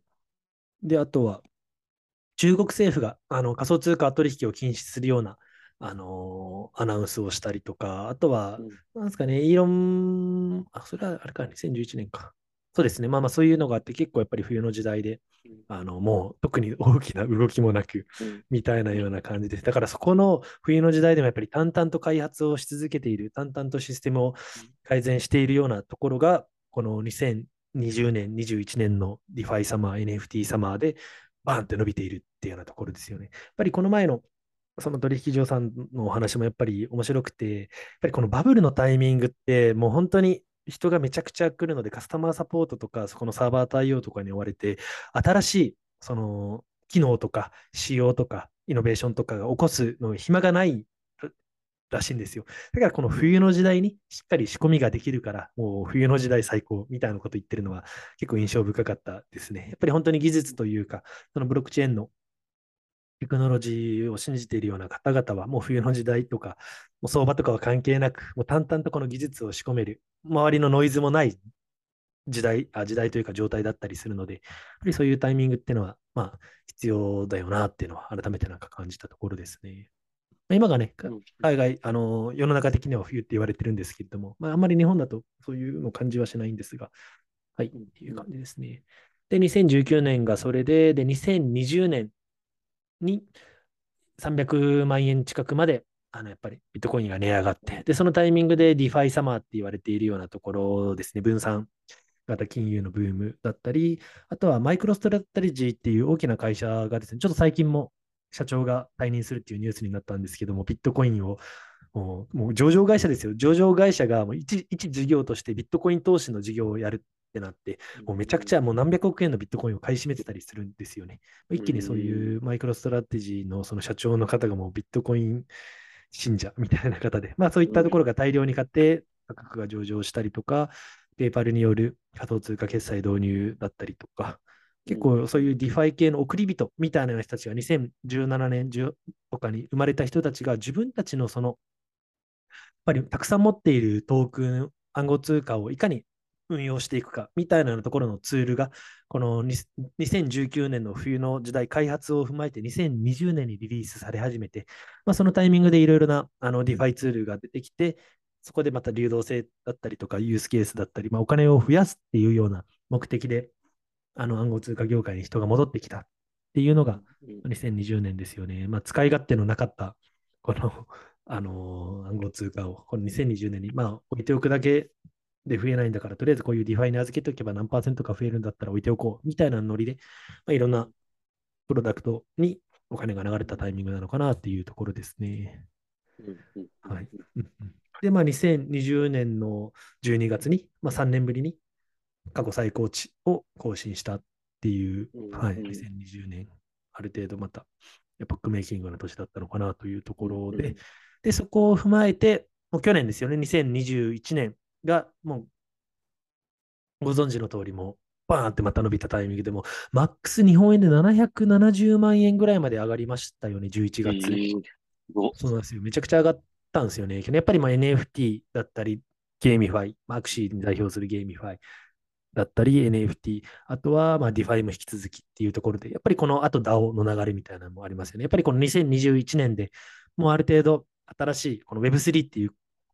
で、あとは、中国政府があの仮想通貨取引を禁止するような、あのーアナウンスをしたりとか、あとは、 うん。 なんですかね、イーロン、あ、それはあれか、にせんじゅういちねんか。そうですね、まあまあそういうのがあって、結構やっぱり冬の時代で、 うん。 あの、もう特に大きな動きもなく、 うん。 みたいなような感じです。だからそこの冬の時代でもやっぱり淡々と開発をし続けている、淡々とシステムを改善しているようなところが、このにせんにじゅうねん、にじゅういちねんのディファイサマー、エヌエフティー サマーで、バーンって伸びているっていうようなところですよね。やっぱりこの前のその取引所さんのお話もやっぱり面白くて、やっぱりこのバブルのタイミングってもう本当に人がめちゃくちゃ来るので、カスタマーサポートとか、そこのサーバー対応とかに追われて、新しいその機能とか仕様とかイノベーションとかが起こすの暇がないらしいんですよ。だからこの冬の時代にしっかり仕込みができるから、もう冬の時代最高みたいなこと言ってるのは結構印象深かったですね。やっぱり本当に技術というか、そのブロックチェーンのテクノロジーを信じているような方々は、もう冬の時代とか、もう相場とかは関係なく、もう淡々とこの技術を仕込める、周りのノイズもない時代、あ時代というか状態だったりするので、やっぱりそういうタイミングっていうのは、まあ、必要だよなっていうのは改めてなんか感じたところですね。まあ今がね、かうん。 海外、あの、世の中的には冬って言われてるんですけれども、まあ、あんまり日本だとそういうのを感じはしないんですが、はい、っうん。うん。 ていう感じですね。で、にせんじゅうきゅうねんがそれで、で、にせんにじゅうねんにさんびゃくまん円近くまで、あの、やっぱりビットコインが値上がって、で、そのタイミングでディファイサマーって言われているようなところですね、分散型金融のブームだったり、あとはマイクロストラテジーっていう大きな会社がですね、ちょっと最近も社長が退任するっていうニュースになったんですけども、ビットコインをもうもう上場会社ですよ。上場会社がもう一一事業としてビットコイン投資の事業をやるってなって、もうめちゃくちゃもう何百億円のビットコインを買い占めてたりするんですよね。 う一気にそういん。 うマイクロストラテジーのその社長の方がもうビットコイン信者みたいな方で、まあそういっうん。 たところが大量に買って価格が上場したりとか、ペーパルによる仮想通貨決済導入だったりとか、 うん。 結構そういうディファイ系の送り人みたいな人たちがにせんじゅうななねんとかに生まれた人たちが自分たちのそのぱりたくさん持っているトークン、暗号通貨をいかに運用していくかみたいなところのツールが、このにせんじゅうきゅうねんの冬の時代開発を踏まえてにせんにじゅうねんにリリースされ始めて、まあ、そのタイミングでいろいろなあのディファイツールが出てきて、そこでまた流動性だったりとかユースケースだったり、まあ、お金を増やすっていうような目的であの暗号通貨業界に人が戻ってきたっていうのがうん。 にせんにじゅうねんですよね。まあ、使い勝手のなかったこのあの暗号通貨をこのにせんにじゅうねんに、まあ、置いておくだけで増えないんだから、とりあえずこういうディファイに預けておけば何パーセントか増えるんだったら置いておこうみたいなノリで、まあ、いろんなプロダクトにお金が流れたタイミングなのかなっていうところですね。 うん。うん。 はい。うんうんで、まあ、にせんにじゅうねんのじゅうにがつに、まあ、さんねんぶりに過去最高値を更新したっていう、 うん。 はい、 うん。 にせんにじゅうねん、ある程度また、エポックメイキングの年だったのかなというところで、で、そこを踏まえて、もう去年ですよね、にせんにじゅういちねんが、もうご存知の通り、もうバーンってまた伸びたタイミングでも、マックス日本円でななひゃくななじゅうまん円ぐらいまで上がりましたよね、11 え月。 え。お。 そうなんですよ。めちゃくちゃ上がったんですよね。やっぱりまあ エヌエフティー だったり、ゲーミファイ、マークシーに代表するゲーミファイ、だったり、エヌエフティー、あとはまあ DeFi も引き続きっていうところで、やっぱりこのあと ダオ の流れみたいなのもありますよね。やっぱりこのにせんにじゅういちねんでもうある程度新しいこの ウェブスリー っていう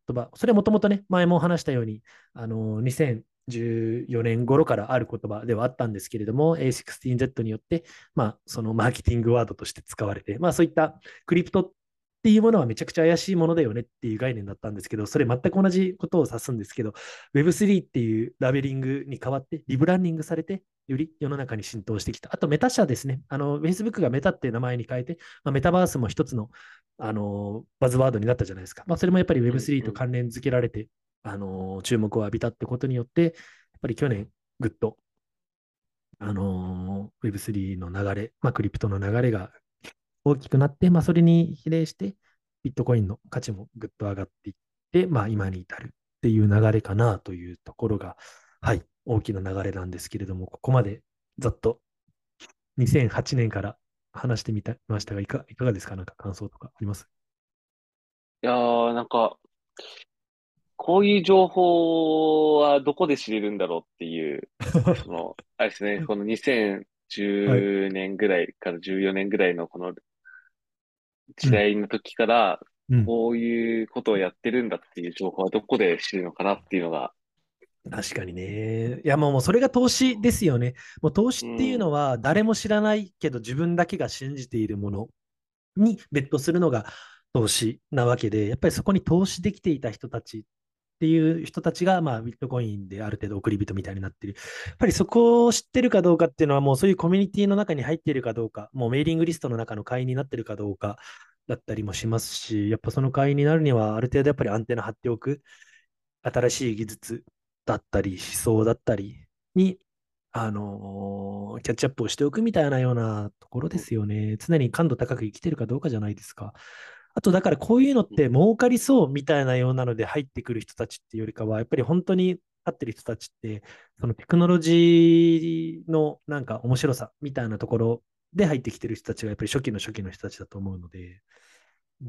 言葉、それはもともとね、前も話したように、あの、にせんじゅうよねん頃からある言葉ではあったんですけれども、エーシックスティーンゼット によって、まあ、そのマーケティングワードとして使われて、まあ、そういったクリプトっていうものはめちゃくちゃ怪しいものだよねっていう概念だったんですけど、それ全く同じことを指すんですけど、ウェブスリー っていうラベリングに変わって、リブランディングされて、より世の中に浸透してきた。あと、メタ社ですね。あの、Facebook がメタっていう名前に変えて、まあ、メタバースも一つの、あのバズワードになったじゃないですか。まあ、それもやっぱりうんウェブスリーうん。 と関連付けられて、あの注目を浴びたってことによって、やっぱり去年、ぐっと、あの ウェブスリー の流れ、まあ、クリプトの流れが大きくなって、まあ、それに比例して、ビットコインの価値もぐっと上がっていって、まあ、今に至るっていう流れかなというところが、はい、大きな流れなんですけれども、ここまでざっとにせんはちねんから話してみたましたが、いか、いかがですか？なんか感想とかあります？ いやー、なんか、こういう情報はどこで知れるんだろうっていう、その、あれですね、このはい。 にせんじゅうねんぐらいからじゅうよねんぐらいのこの時うん。 代の時から、 うん。 こういうことをやってるんだっていう情報はどこで知るのかなっていうのが、 確かにね。いや、もう、もうそれが投資ですよね。もう投資っていうのうん、 は誰も知らないけど自分だけが信じているものにベットするのが投資なわけで、やっぱりそこに投資できていた人たちっていう人たちが、まあ、ビットコインである程度送り人みたいになってる。やっぱりそこを知ってるかどうかっていうのは、もうそういうコミュニティの中に入っているかどうか、もうメーリングリストの中の会員になってるかどうかだったりもしますし、やっぱその会員になるには、ある程度やっぱりアンテナ張っておく。新しい技術だったり、思想だったりに、あのーキャッチアップをしておくみたいなようなところでうん、 すよね。常に感度高く生きてるかどうかじゃないですか。あと、だからこういうのっうん、 て儲かりそうみたいなようなので入ってくる人たちっていうよりかは、やっぱり本当に立ってる人たちって、そのテクノロジーのなんか面白さみたいなところで入ってきてる人たちがやっぱり初期の初期の人たちだと思うので、うん、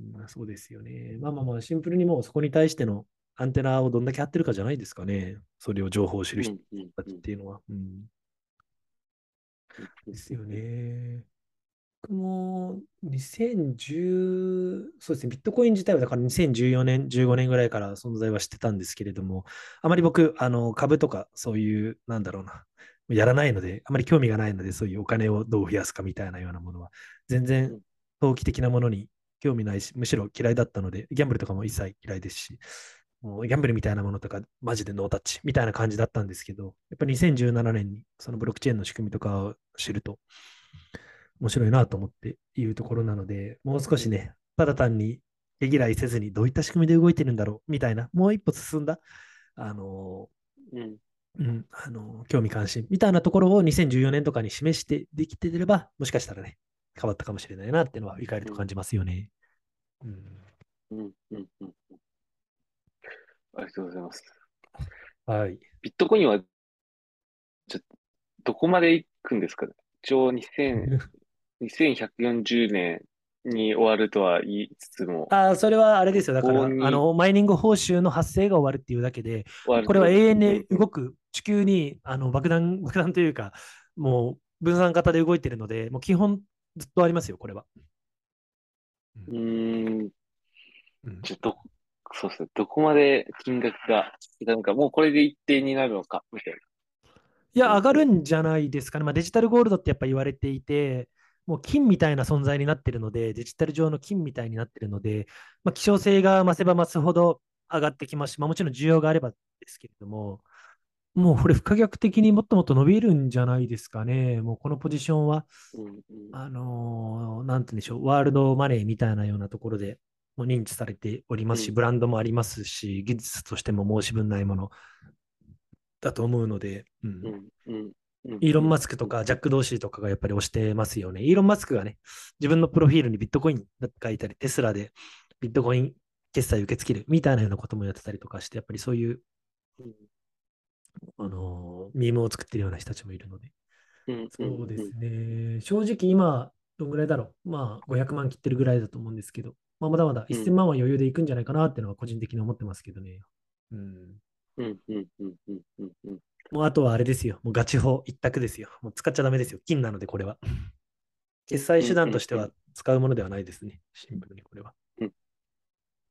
まあそうですよね。まあまあまあ、シンプルにもうそこに対してのアンテナをどんだけ張ってるかじゃないですかね。それを情報を知る人うん、うん、 たちっうん、 ていうのは。うん。 うん、うん、 ですよね。僕もにせんじゅう、そうですね、ビットコイン自体はだからにせんじゅうよねん、じゅうごねんぐらいから存在はしてたんですけれども、あまり僕、あの株とかそういう、なんだろうな、やらないので、あまり興味がないので、そういうお金をどう増やすかみたいなようなものは、全然うん、 投機的なものに興味ないし、むしろ嫌いだったので、ギャンブルとかも一切嫌いですし、もうギャンブルみたいなものとか、マジでノータッチみたいな感じだったんですけど、やっぱりにせんじゅうななねんにそのブロックチェーンの仕組みとかを知ると、面白いなと思っているところなので、もう少しね、ただ単に毛嫌いせずにどういった仕組みで動いてるんだろうみたいな、もう一歩進んだ、あのうん、 うん、あの興味関心みたいなところをにせんじゅうよねんとかに示してできてれば、もしかしたらね、変わったかもしれないなっていうのは振り返るうん、 と感じますよね。うん、 うん、うん、うん。ありがとうございます。 はい。 ビットコインは、じゃ、どこまで行くんですかね？一応にせん、にせんひゃくよんじゅうねんに終わるとは言いつつも、 あー、それはあれでこすよ。だから、あこにの、マイニング報酬の発生が終わるっていうだけで、 終わるこれは永ってことですね。 遠にうん、うん、 動く、地球にあの爆弾、爆弾というか、もう分散型で動いてるので、もう基本ずっとありますよ、これは。うん。 うーん、 うん。 ちょっと、そうですね。どこまで金額がいたのか、もうこれで一定になるのか、みたいないや、上がる感じで。 んじゃないですかね。まあ、デジタルゴールドってやっぱ言われていて、もう金みたいな存在になってるので、デジタル上の金みたいになってるので、まあ、希少性が増せば増すほど上がってきますし、まあ、もちろん需要があればですけれども、もうこれ不可逆的にもっともっと伸びるんじゃないですかね。もうこのポジションは、 うん、うん、 あのーなんて言うんでしょう、ワールドマネーみたいなようなところでもう認知されておりますし、 うん、 ブランドもありますし、技術としても申し分ないものだと思うので、うん。 うん、うん、うん、 イーロン・うん、 マスクとかジャック・ドーシーとかがやっぱり推してますよね。イーロン・マスクがね、自分のプロフィールにビットコインだって書いたり、テスラでビットコイン決済受け付けるみたいなようなこともやってたりとかして、やっぱりそういう、あのーミームを作ってるような人たちもいるので。 うん、うん、うん、 そうですね。正直今、どんぐらいだろう。まあ、ごひゃくまん切ってるぐらいだと思うんですけど、まあ、まだまだ1000 うん、 万は余裕でいくんじゃないかなっていうのは個人的に思ってますけどね。うん。 うん、うん、うん、うん、うん、うん。 もうあとはあれですよ。もうガチ法一択ですよ。もう使っちゃダメですよ。金なのでこれは。決済手うん、うん、うん、 段としては使うものではないですね。シンプルにこれは。 うん、うん。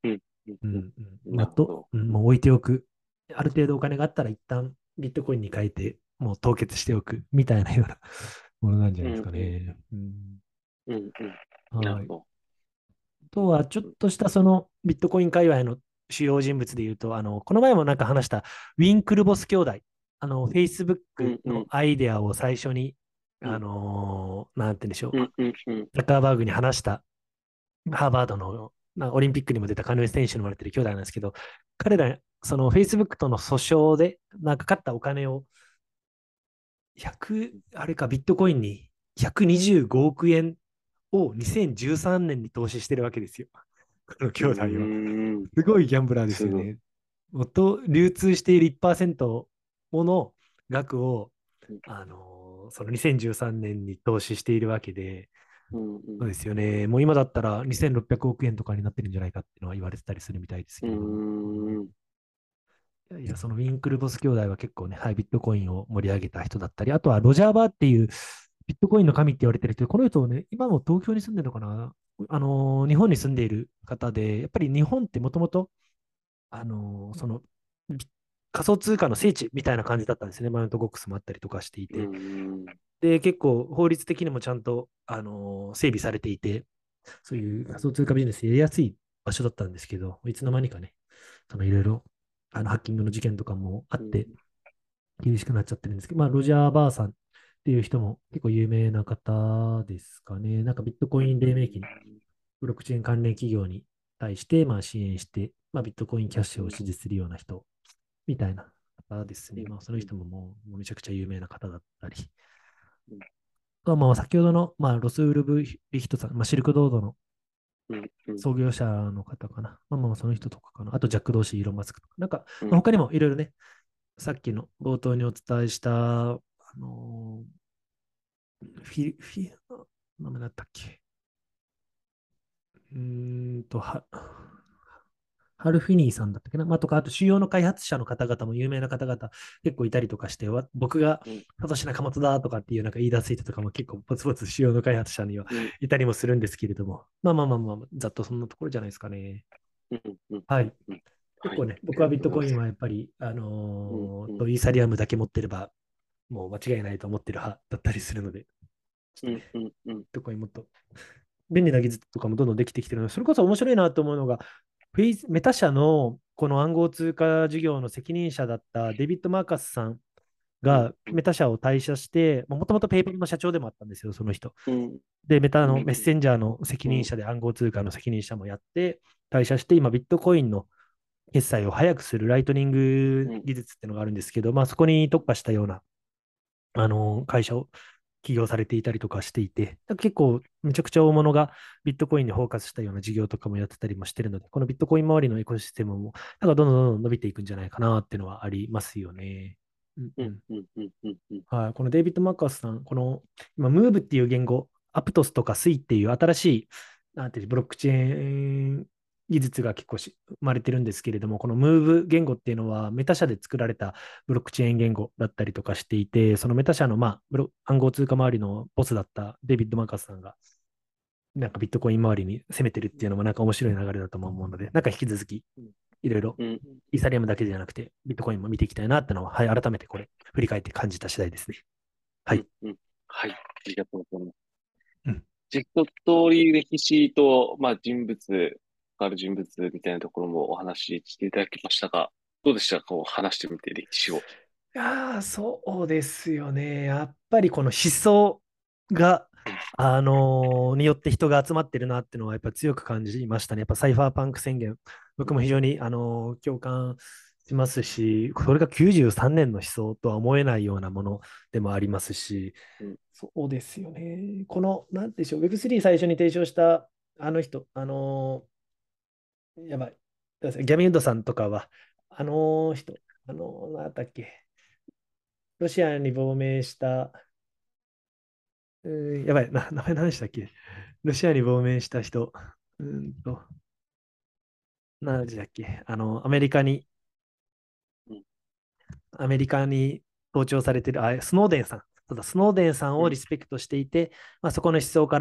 うんううん、うん。もっと、 んなるほど。 うん、もう置いておく。ある程度お金があったら一旦ビットコインに変えて、もう凍結しておくみたいなようなものなんじゃないですうんうんかね。うん、 うんうん。なるはい。 ほど。 あとは、ちょっとしたそのビットコイン界隈の主要人物で言うと、あの、この前もなんか話したウィンクルボス兄弟、あの、Facebook うんうんのアイデアを最初に、あうんのーなんて言うんでしょう、 うんうんうんザッカーバーグに話したハーバードの、まあ、オリンピックにも出たカヌー選手に生まれてる兄弟なんですけど、彼ら、その Facebook との訴訟で、なんかかかったお金をひゃく、あれか、ビットコインにひゃくにじゅうごおく円をにせんじゅうさんねんに投資してるわけですよ。このう兄弟は。 ーん。 すごいギャンブラーですすごい。 よね。もっと流通しているいちパーセントもの額を、 うんあのーそのにせんじゅうさんねんに投資しているわけで、 うんうんそうですよね。もう今だったらにせんろっぴゃくおく円とかになってるんじゃないかっていうのは言われてたりするみたいですうーけれども。 ん。 いやいや、そのウィンクルボス兄弟は結構ね、はい、ビットコインを盛り上げた人だったり、あとはロジャー・バーっていうビットコインの神って言われてる人、この人ね、今も東京に住んでるのかな、あのー日本に住んでいる方で、やっぱり日本ってもともと、あのーその、び仮想通貨の聖地みたいな感じだったんですね。マウントゴックスもあったりとかしていうて。 ん。 で、結構法律的にもちゃんと、あのー整備されていて、そういう仮想通貨ビジネスやりやすい場所だったんですけど、いつの間にかね、そのいろいろあのハッキングの事件とかもあっうん。 て、厳しくなっちゃってるんですけど、まあ、ロジャー・バーさんっていう人も結構有名な方ですかね。なんかビットコイン黎明期にブロックチェーン関連企業に対してまあ支援して、まあ、ビットコインキャッシュを支持するような人みたいな方ですね。まあ、その人ももうもうめちゃくちゃ有名な方だったり。あとはまあ先ほどの、まあ、ロスウルブ・リヒトさん、まあ、シルクロードのうんうん創業者の方かな。まあまあその人とかかな。あとジャック・ドーシー、イーロン・マスクとか。なんか、 うんまあ他にもいろいろね、さっきの冒頭にお伝えした、あのフィ、フィ、名前だったっけ。うーんと、は、ハルフィニーさんだったっけな。まあ、とか、あと主要の開発者の方々も有名な方々結構いたりとかして、わ僕がうんサトシ仲本だとかっていうなんか言い出す人とかも結構ポツポツ主要の開発者にはうんいたりもするんですけれども、まあまあまあまあ、ざっとそんなところじゃないですかね。 うんうんはい。 うんうん。はい。 結構ね、 ありが僕はビットコインとうございます。 はやっぱり、あうんのーうんとイーサリアムだけ持ってれば、もう間違いないと思ってる派だったりするので、ちょっとね、 うんうんうん。 ビットコインもっと便利な技術とかもどんどんできてきてるので、それこそ面白いなと思うのが、フェイスメタ社のこの暗号通貨事業の責任者だったデビッド・マーカスさんうんがメタ社を退社して、もともとペイパルの社長でもあったんですよ、その人。 うんで、メタうんのメッセンジャーの責うん任者で暗号通貨の責任者もやって、退社して、今ビットコインの決済を早くするライトニングうん技術っていうのがあるんですけど、まあ、そこに特化したようなあの会社を起業されていたりとかしていて、結構めちゃくちゃ大物がビットコインにフォーカスしたような事業とかもやってたりもしてるので、このビットコイン周りのエコシステムも、なんかどんどんどんどん伸びていくんじゃないかなっていうのはありますよね。うんうんうん。 うんうんうんうん。 はい。このデイビッド・マッカースさん、この今、ムーブっていう言語、アプトスとかスイっていう新しい、なんていうブロックチェーン技術が結構し生まれてるんですけれども、このムーブ言語っていうのはメタ社で作られたブロックチェーン言語だったりとかしていて、そのメタ社の、まあ、ブロ暗号通貨周りのボスだったデイビッド・マーカスさんが、なんかビットコイン周りに攻めてるっていうのもなんか面白い流れだと思うので、なんか引き続きいろいろうんイーサリアムだけじゃなくてビットコインも見ていきたいなってのは、はい、改めてこれ振り返って感じた次第ですね。はい。 うんうん。はい。ありがとうございます。 うん。 じゃあ一通り歴史と、まあ人物、ある人物みたいなところもお話ししていただきましたが、どうでしたかこう話してみて歴史を。 いやー、そうですよね。やっぱりこの思想が、あのーによって人が集まってるなっていうのはやっぱ強く感じましたね。やっぱサイファーパンク宣言、僕も非常に、あのー共感しますし、これがきゅうじゅうさんねんの思想とは思えないようなものでもありますし、 うん、 そうですよね。この、なんでしょう、ウェブスリー 最初に提唱したあの人、あのーやばい、ギャビン・ウッドさんとかは、あの人、あのーなんだっけ、ロシアに亡命した、うーん、やばい、な、名前何でしたっけ。ロシアに亡命した人、うーんと、何でしたっけ。あの、アメリカに、 うん、 アメリカに登庁されてる、あ、スノーデンさん。そうだ、スノーデンさんうん、 をリスペクトしていて、まあ、そこの思想から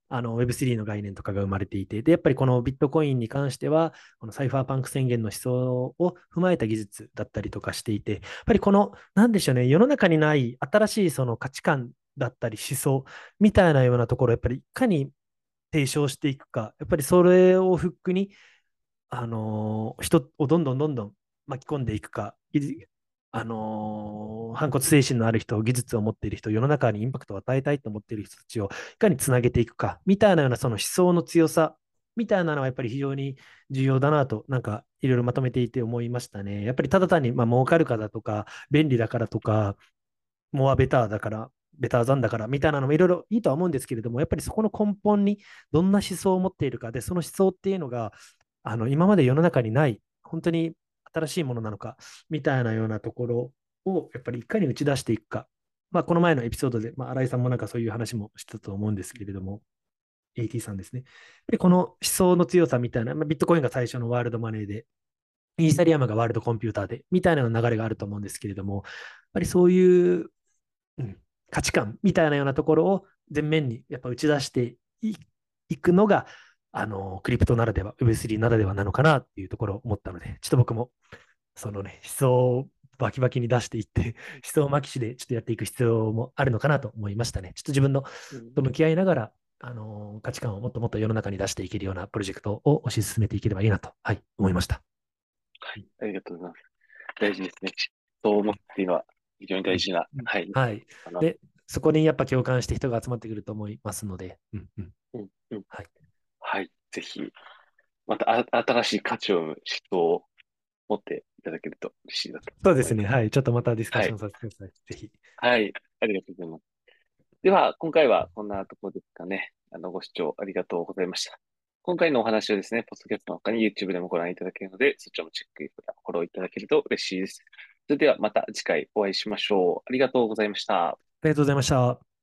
あの ウェブスリー の概念とかが生まれていて、で、やっぱりこのビットコインに関しては、このサイファーパンク宣言の思想を踏まえた技術だったりとかしていて、やっぱりこの、なんでしょうね、世の中にない新しいその価値観だったり思想みたいなようなところを、やっぱりいかに提唱していくか、やっぱりそれをフックに、あのー人をどんどんどんどん巻き込んでいくか、いあのー反骨精神のある人、技術を持っている人、世の中にインパクトを与えたいと思っている人たちをいかにつなげていくか、みたいなようなその思想の強さ、みたいなのはやっぱり非常に重要だなと、なんかいろいろまとめていて思いましたね。やっぱりただ単に、まあ、儲かるからとか、便利だからとか、モアベターだから、ベターザンだからみたいなのもいろいろいいとは思うんですけれども、やっぱりそこの根本にどんな思想を持っているかで、その思想っていうのが、あの今まで世の中にない、本当に新しいものなのかみたいなようなところを、やっぱりいかに打ち出していくか。まあ、この前のエピソードで、まあ、新井さんもなんかそういう話もしたと思うんですけれども、エーティー さんですね。で、この思想の強さみたいな、まあ、ビットコインが最初のワールドマネーで、イーサリアムがワールドコンピューターで、みたいな流れがあると思うんですけれども、やっぱりそういううん、価値観みたいなようなところを前面にやっぱ打ち出していいくのが、あの、クリプトならでは、ウェブスリー ならではなのかなっていうところを思ったので、ちょっと僕も、そのね、思想をバキバキに出していって、思想巻き師でちょっとやっていく必要もあるのかなと思いましたね。ちょっと自分のうん。 と向き合いながら、あの、価値観をもっともっと世の中に出していけるようなプロジェクトを推し進めていければいいなと、はい、思いました。 はい。ありがとうございます。大事ですね。そう思っていうのは非常にうん。 大事な、 うん。 はい。 はい。 かな。 で、そこにやっぱ共感して人が集まってくると思いますので、うんうん。 うん、うん。 はい。 はい。ぜひ、またあ新しい価値を生む思想を持っていただけると嬉しいなとそうですね。 思います。 はい。ちょっとまたディスカッはい。 ションさせてください。ぜひ。 はい。ありがとうございます。では、今回はこんなところですかね。あの、ご視聴ありがとうございました。今回のお話をですね、ポッドキャストの他に YouTube でもご覧いただけるので、そちらもチェックやフォローいただけると嬉しいです。それではまた次回お会いしましょう。ありがとうございました。 ありがとうございました。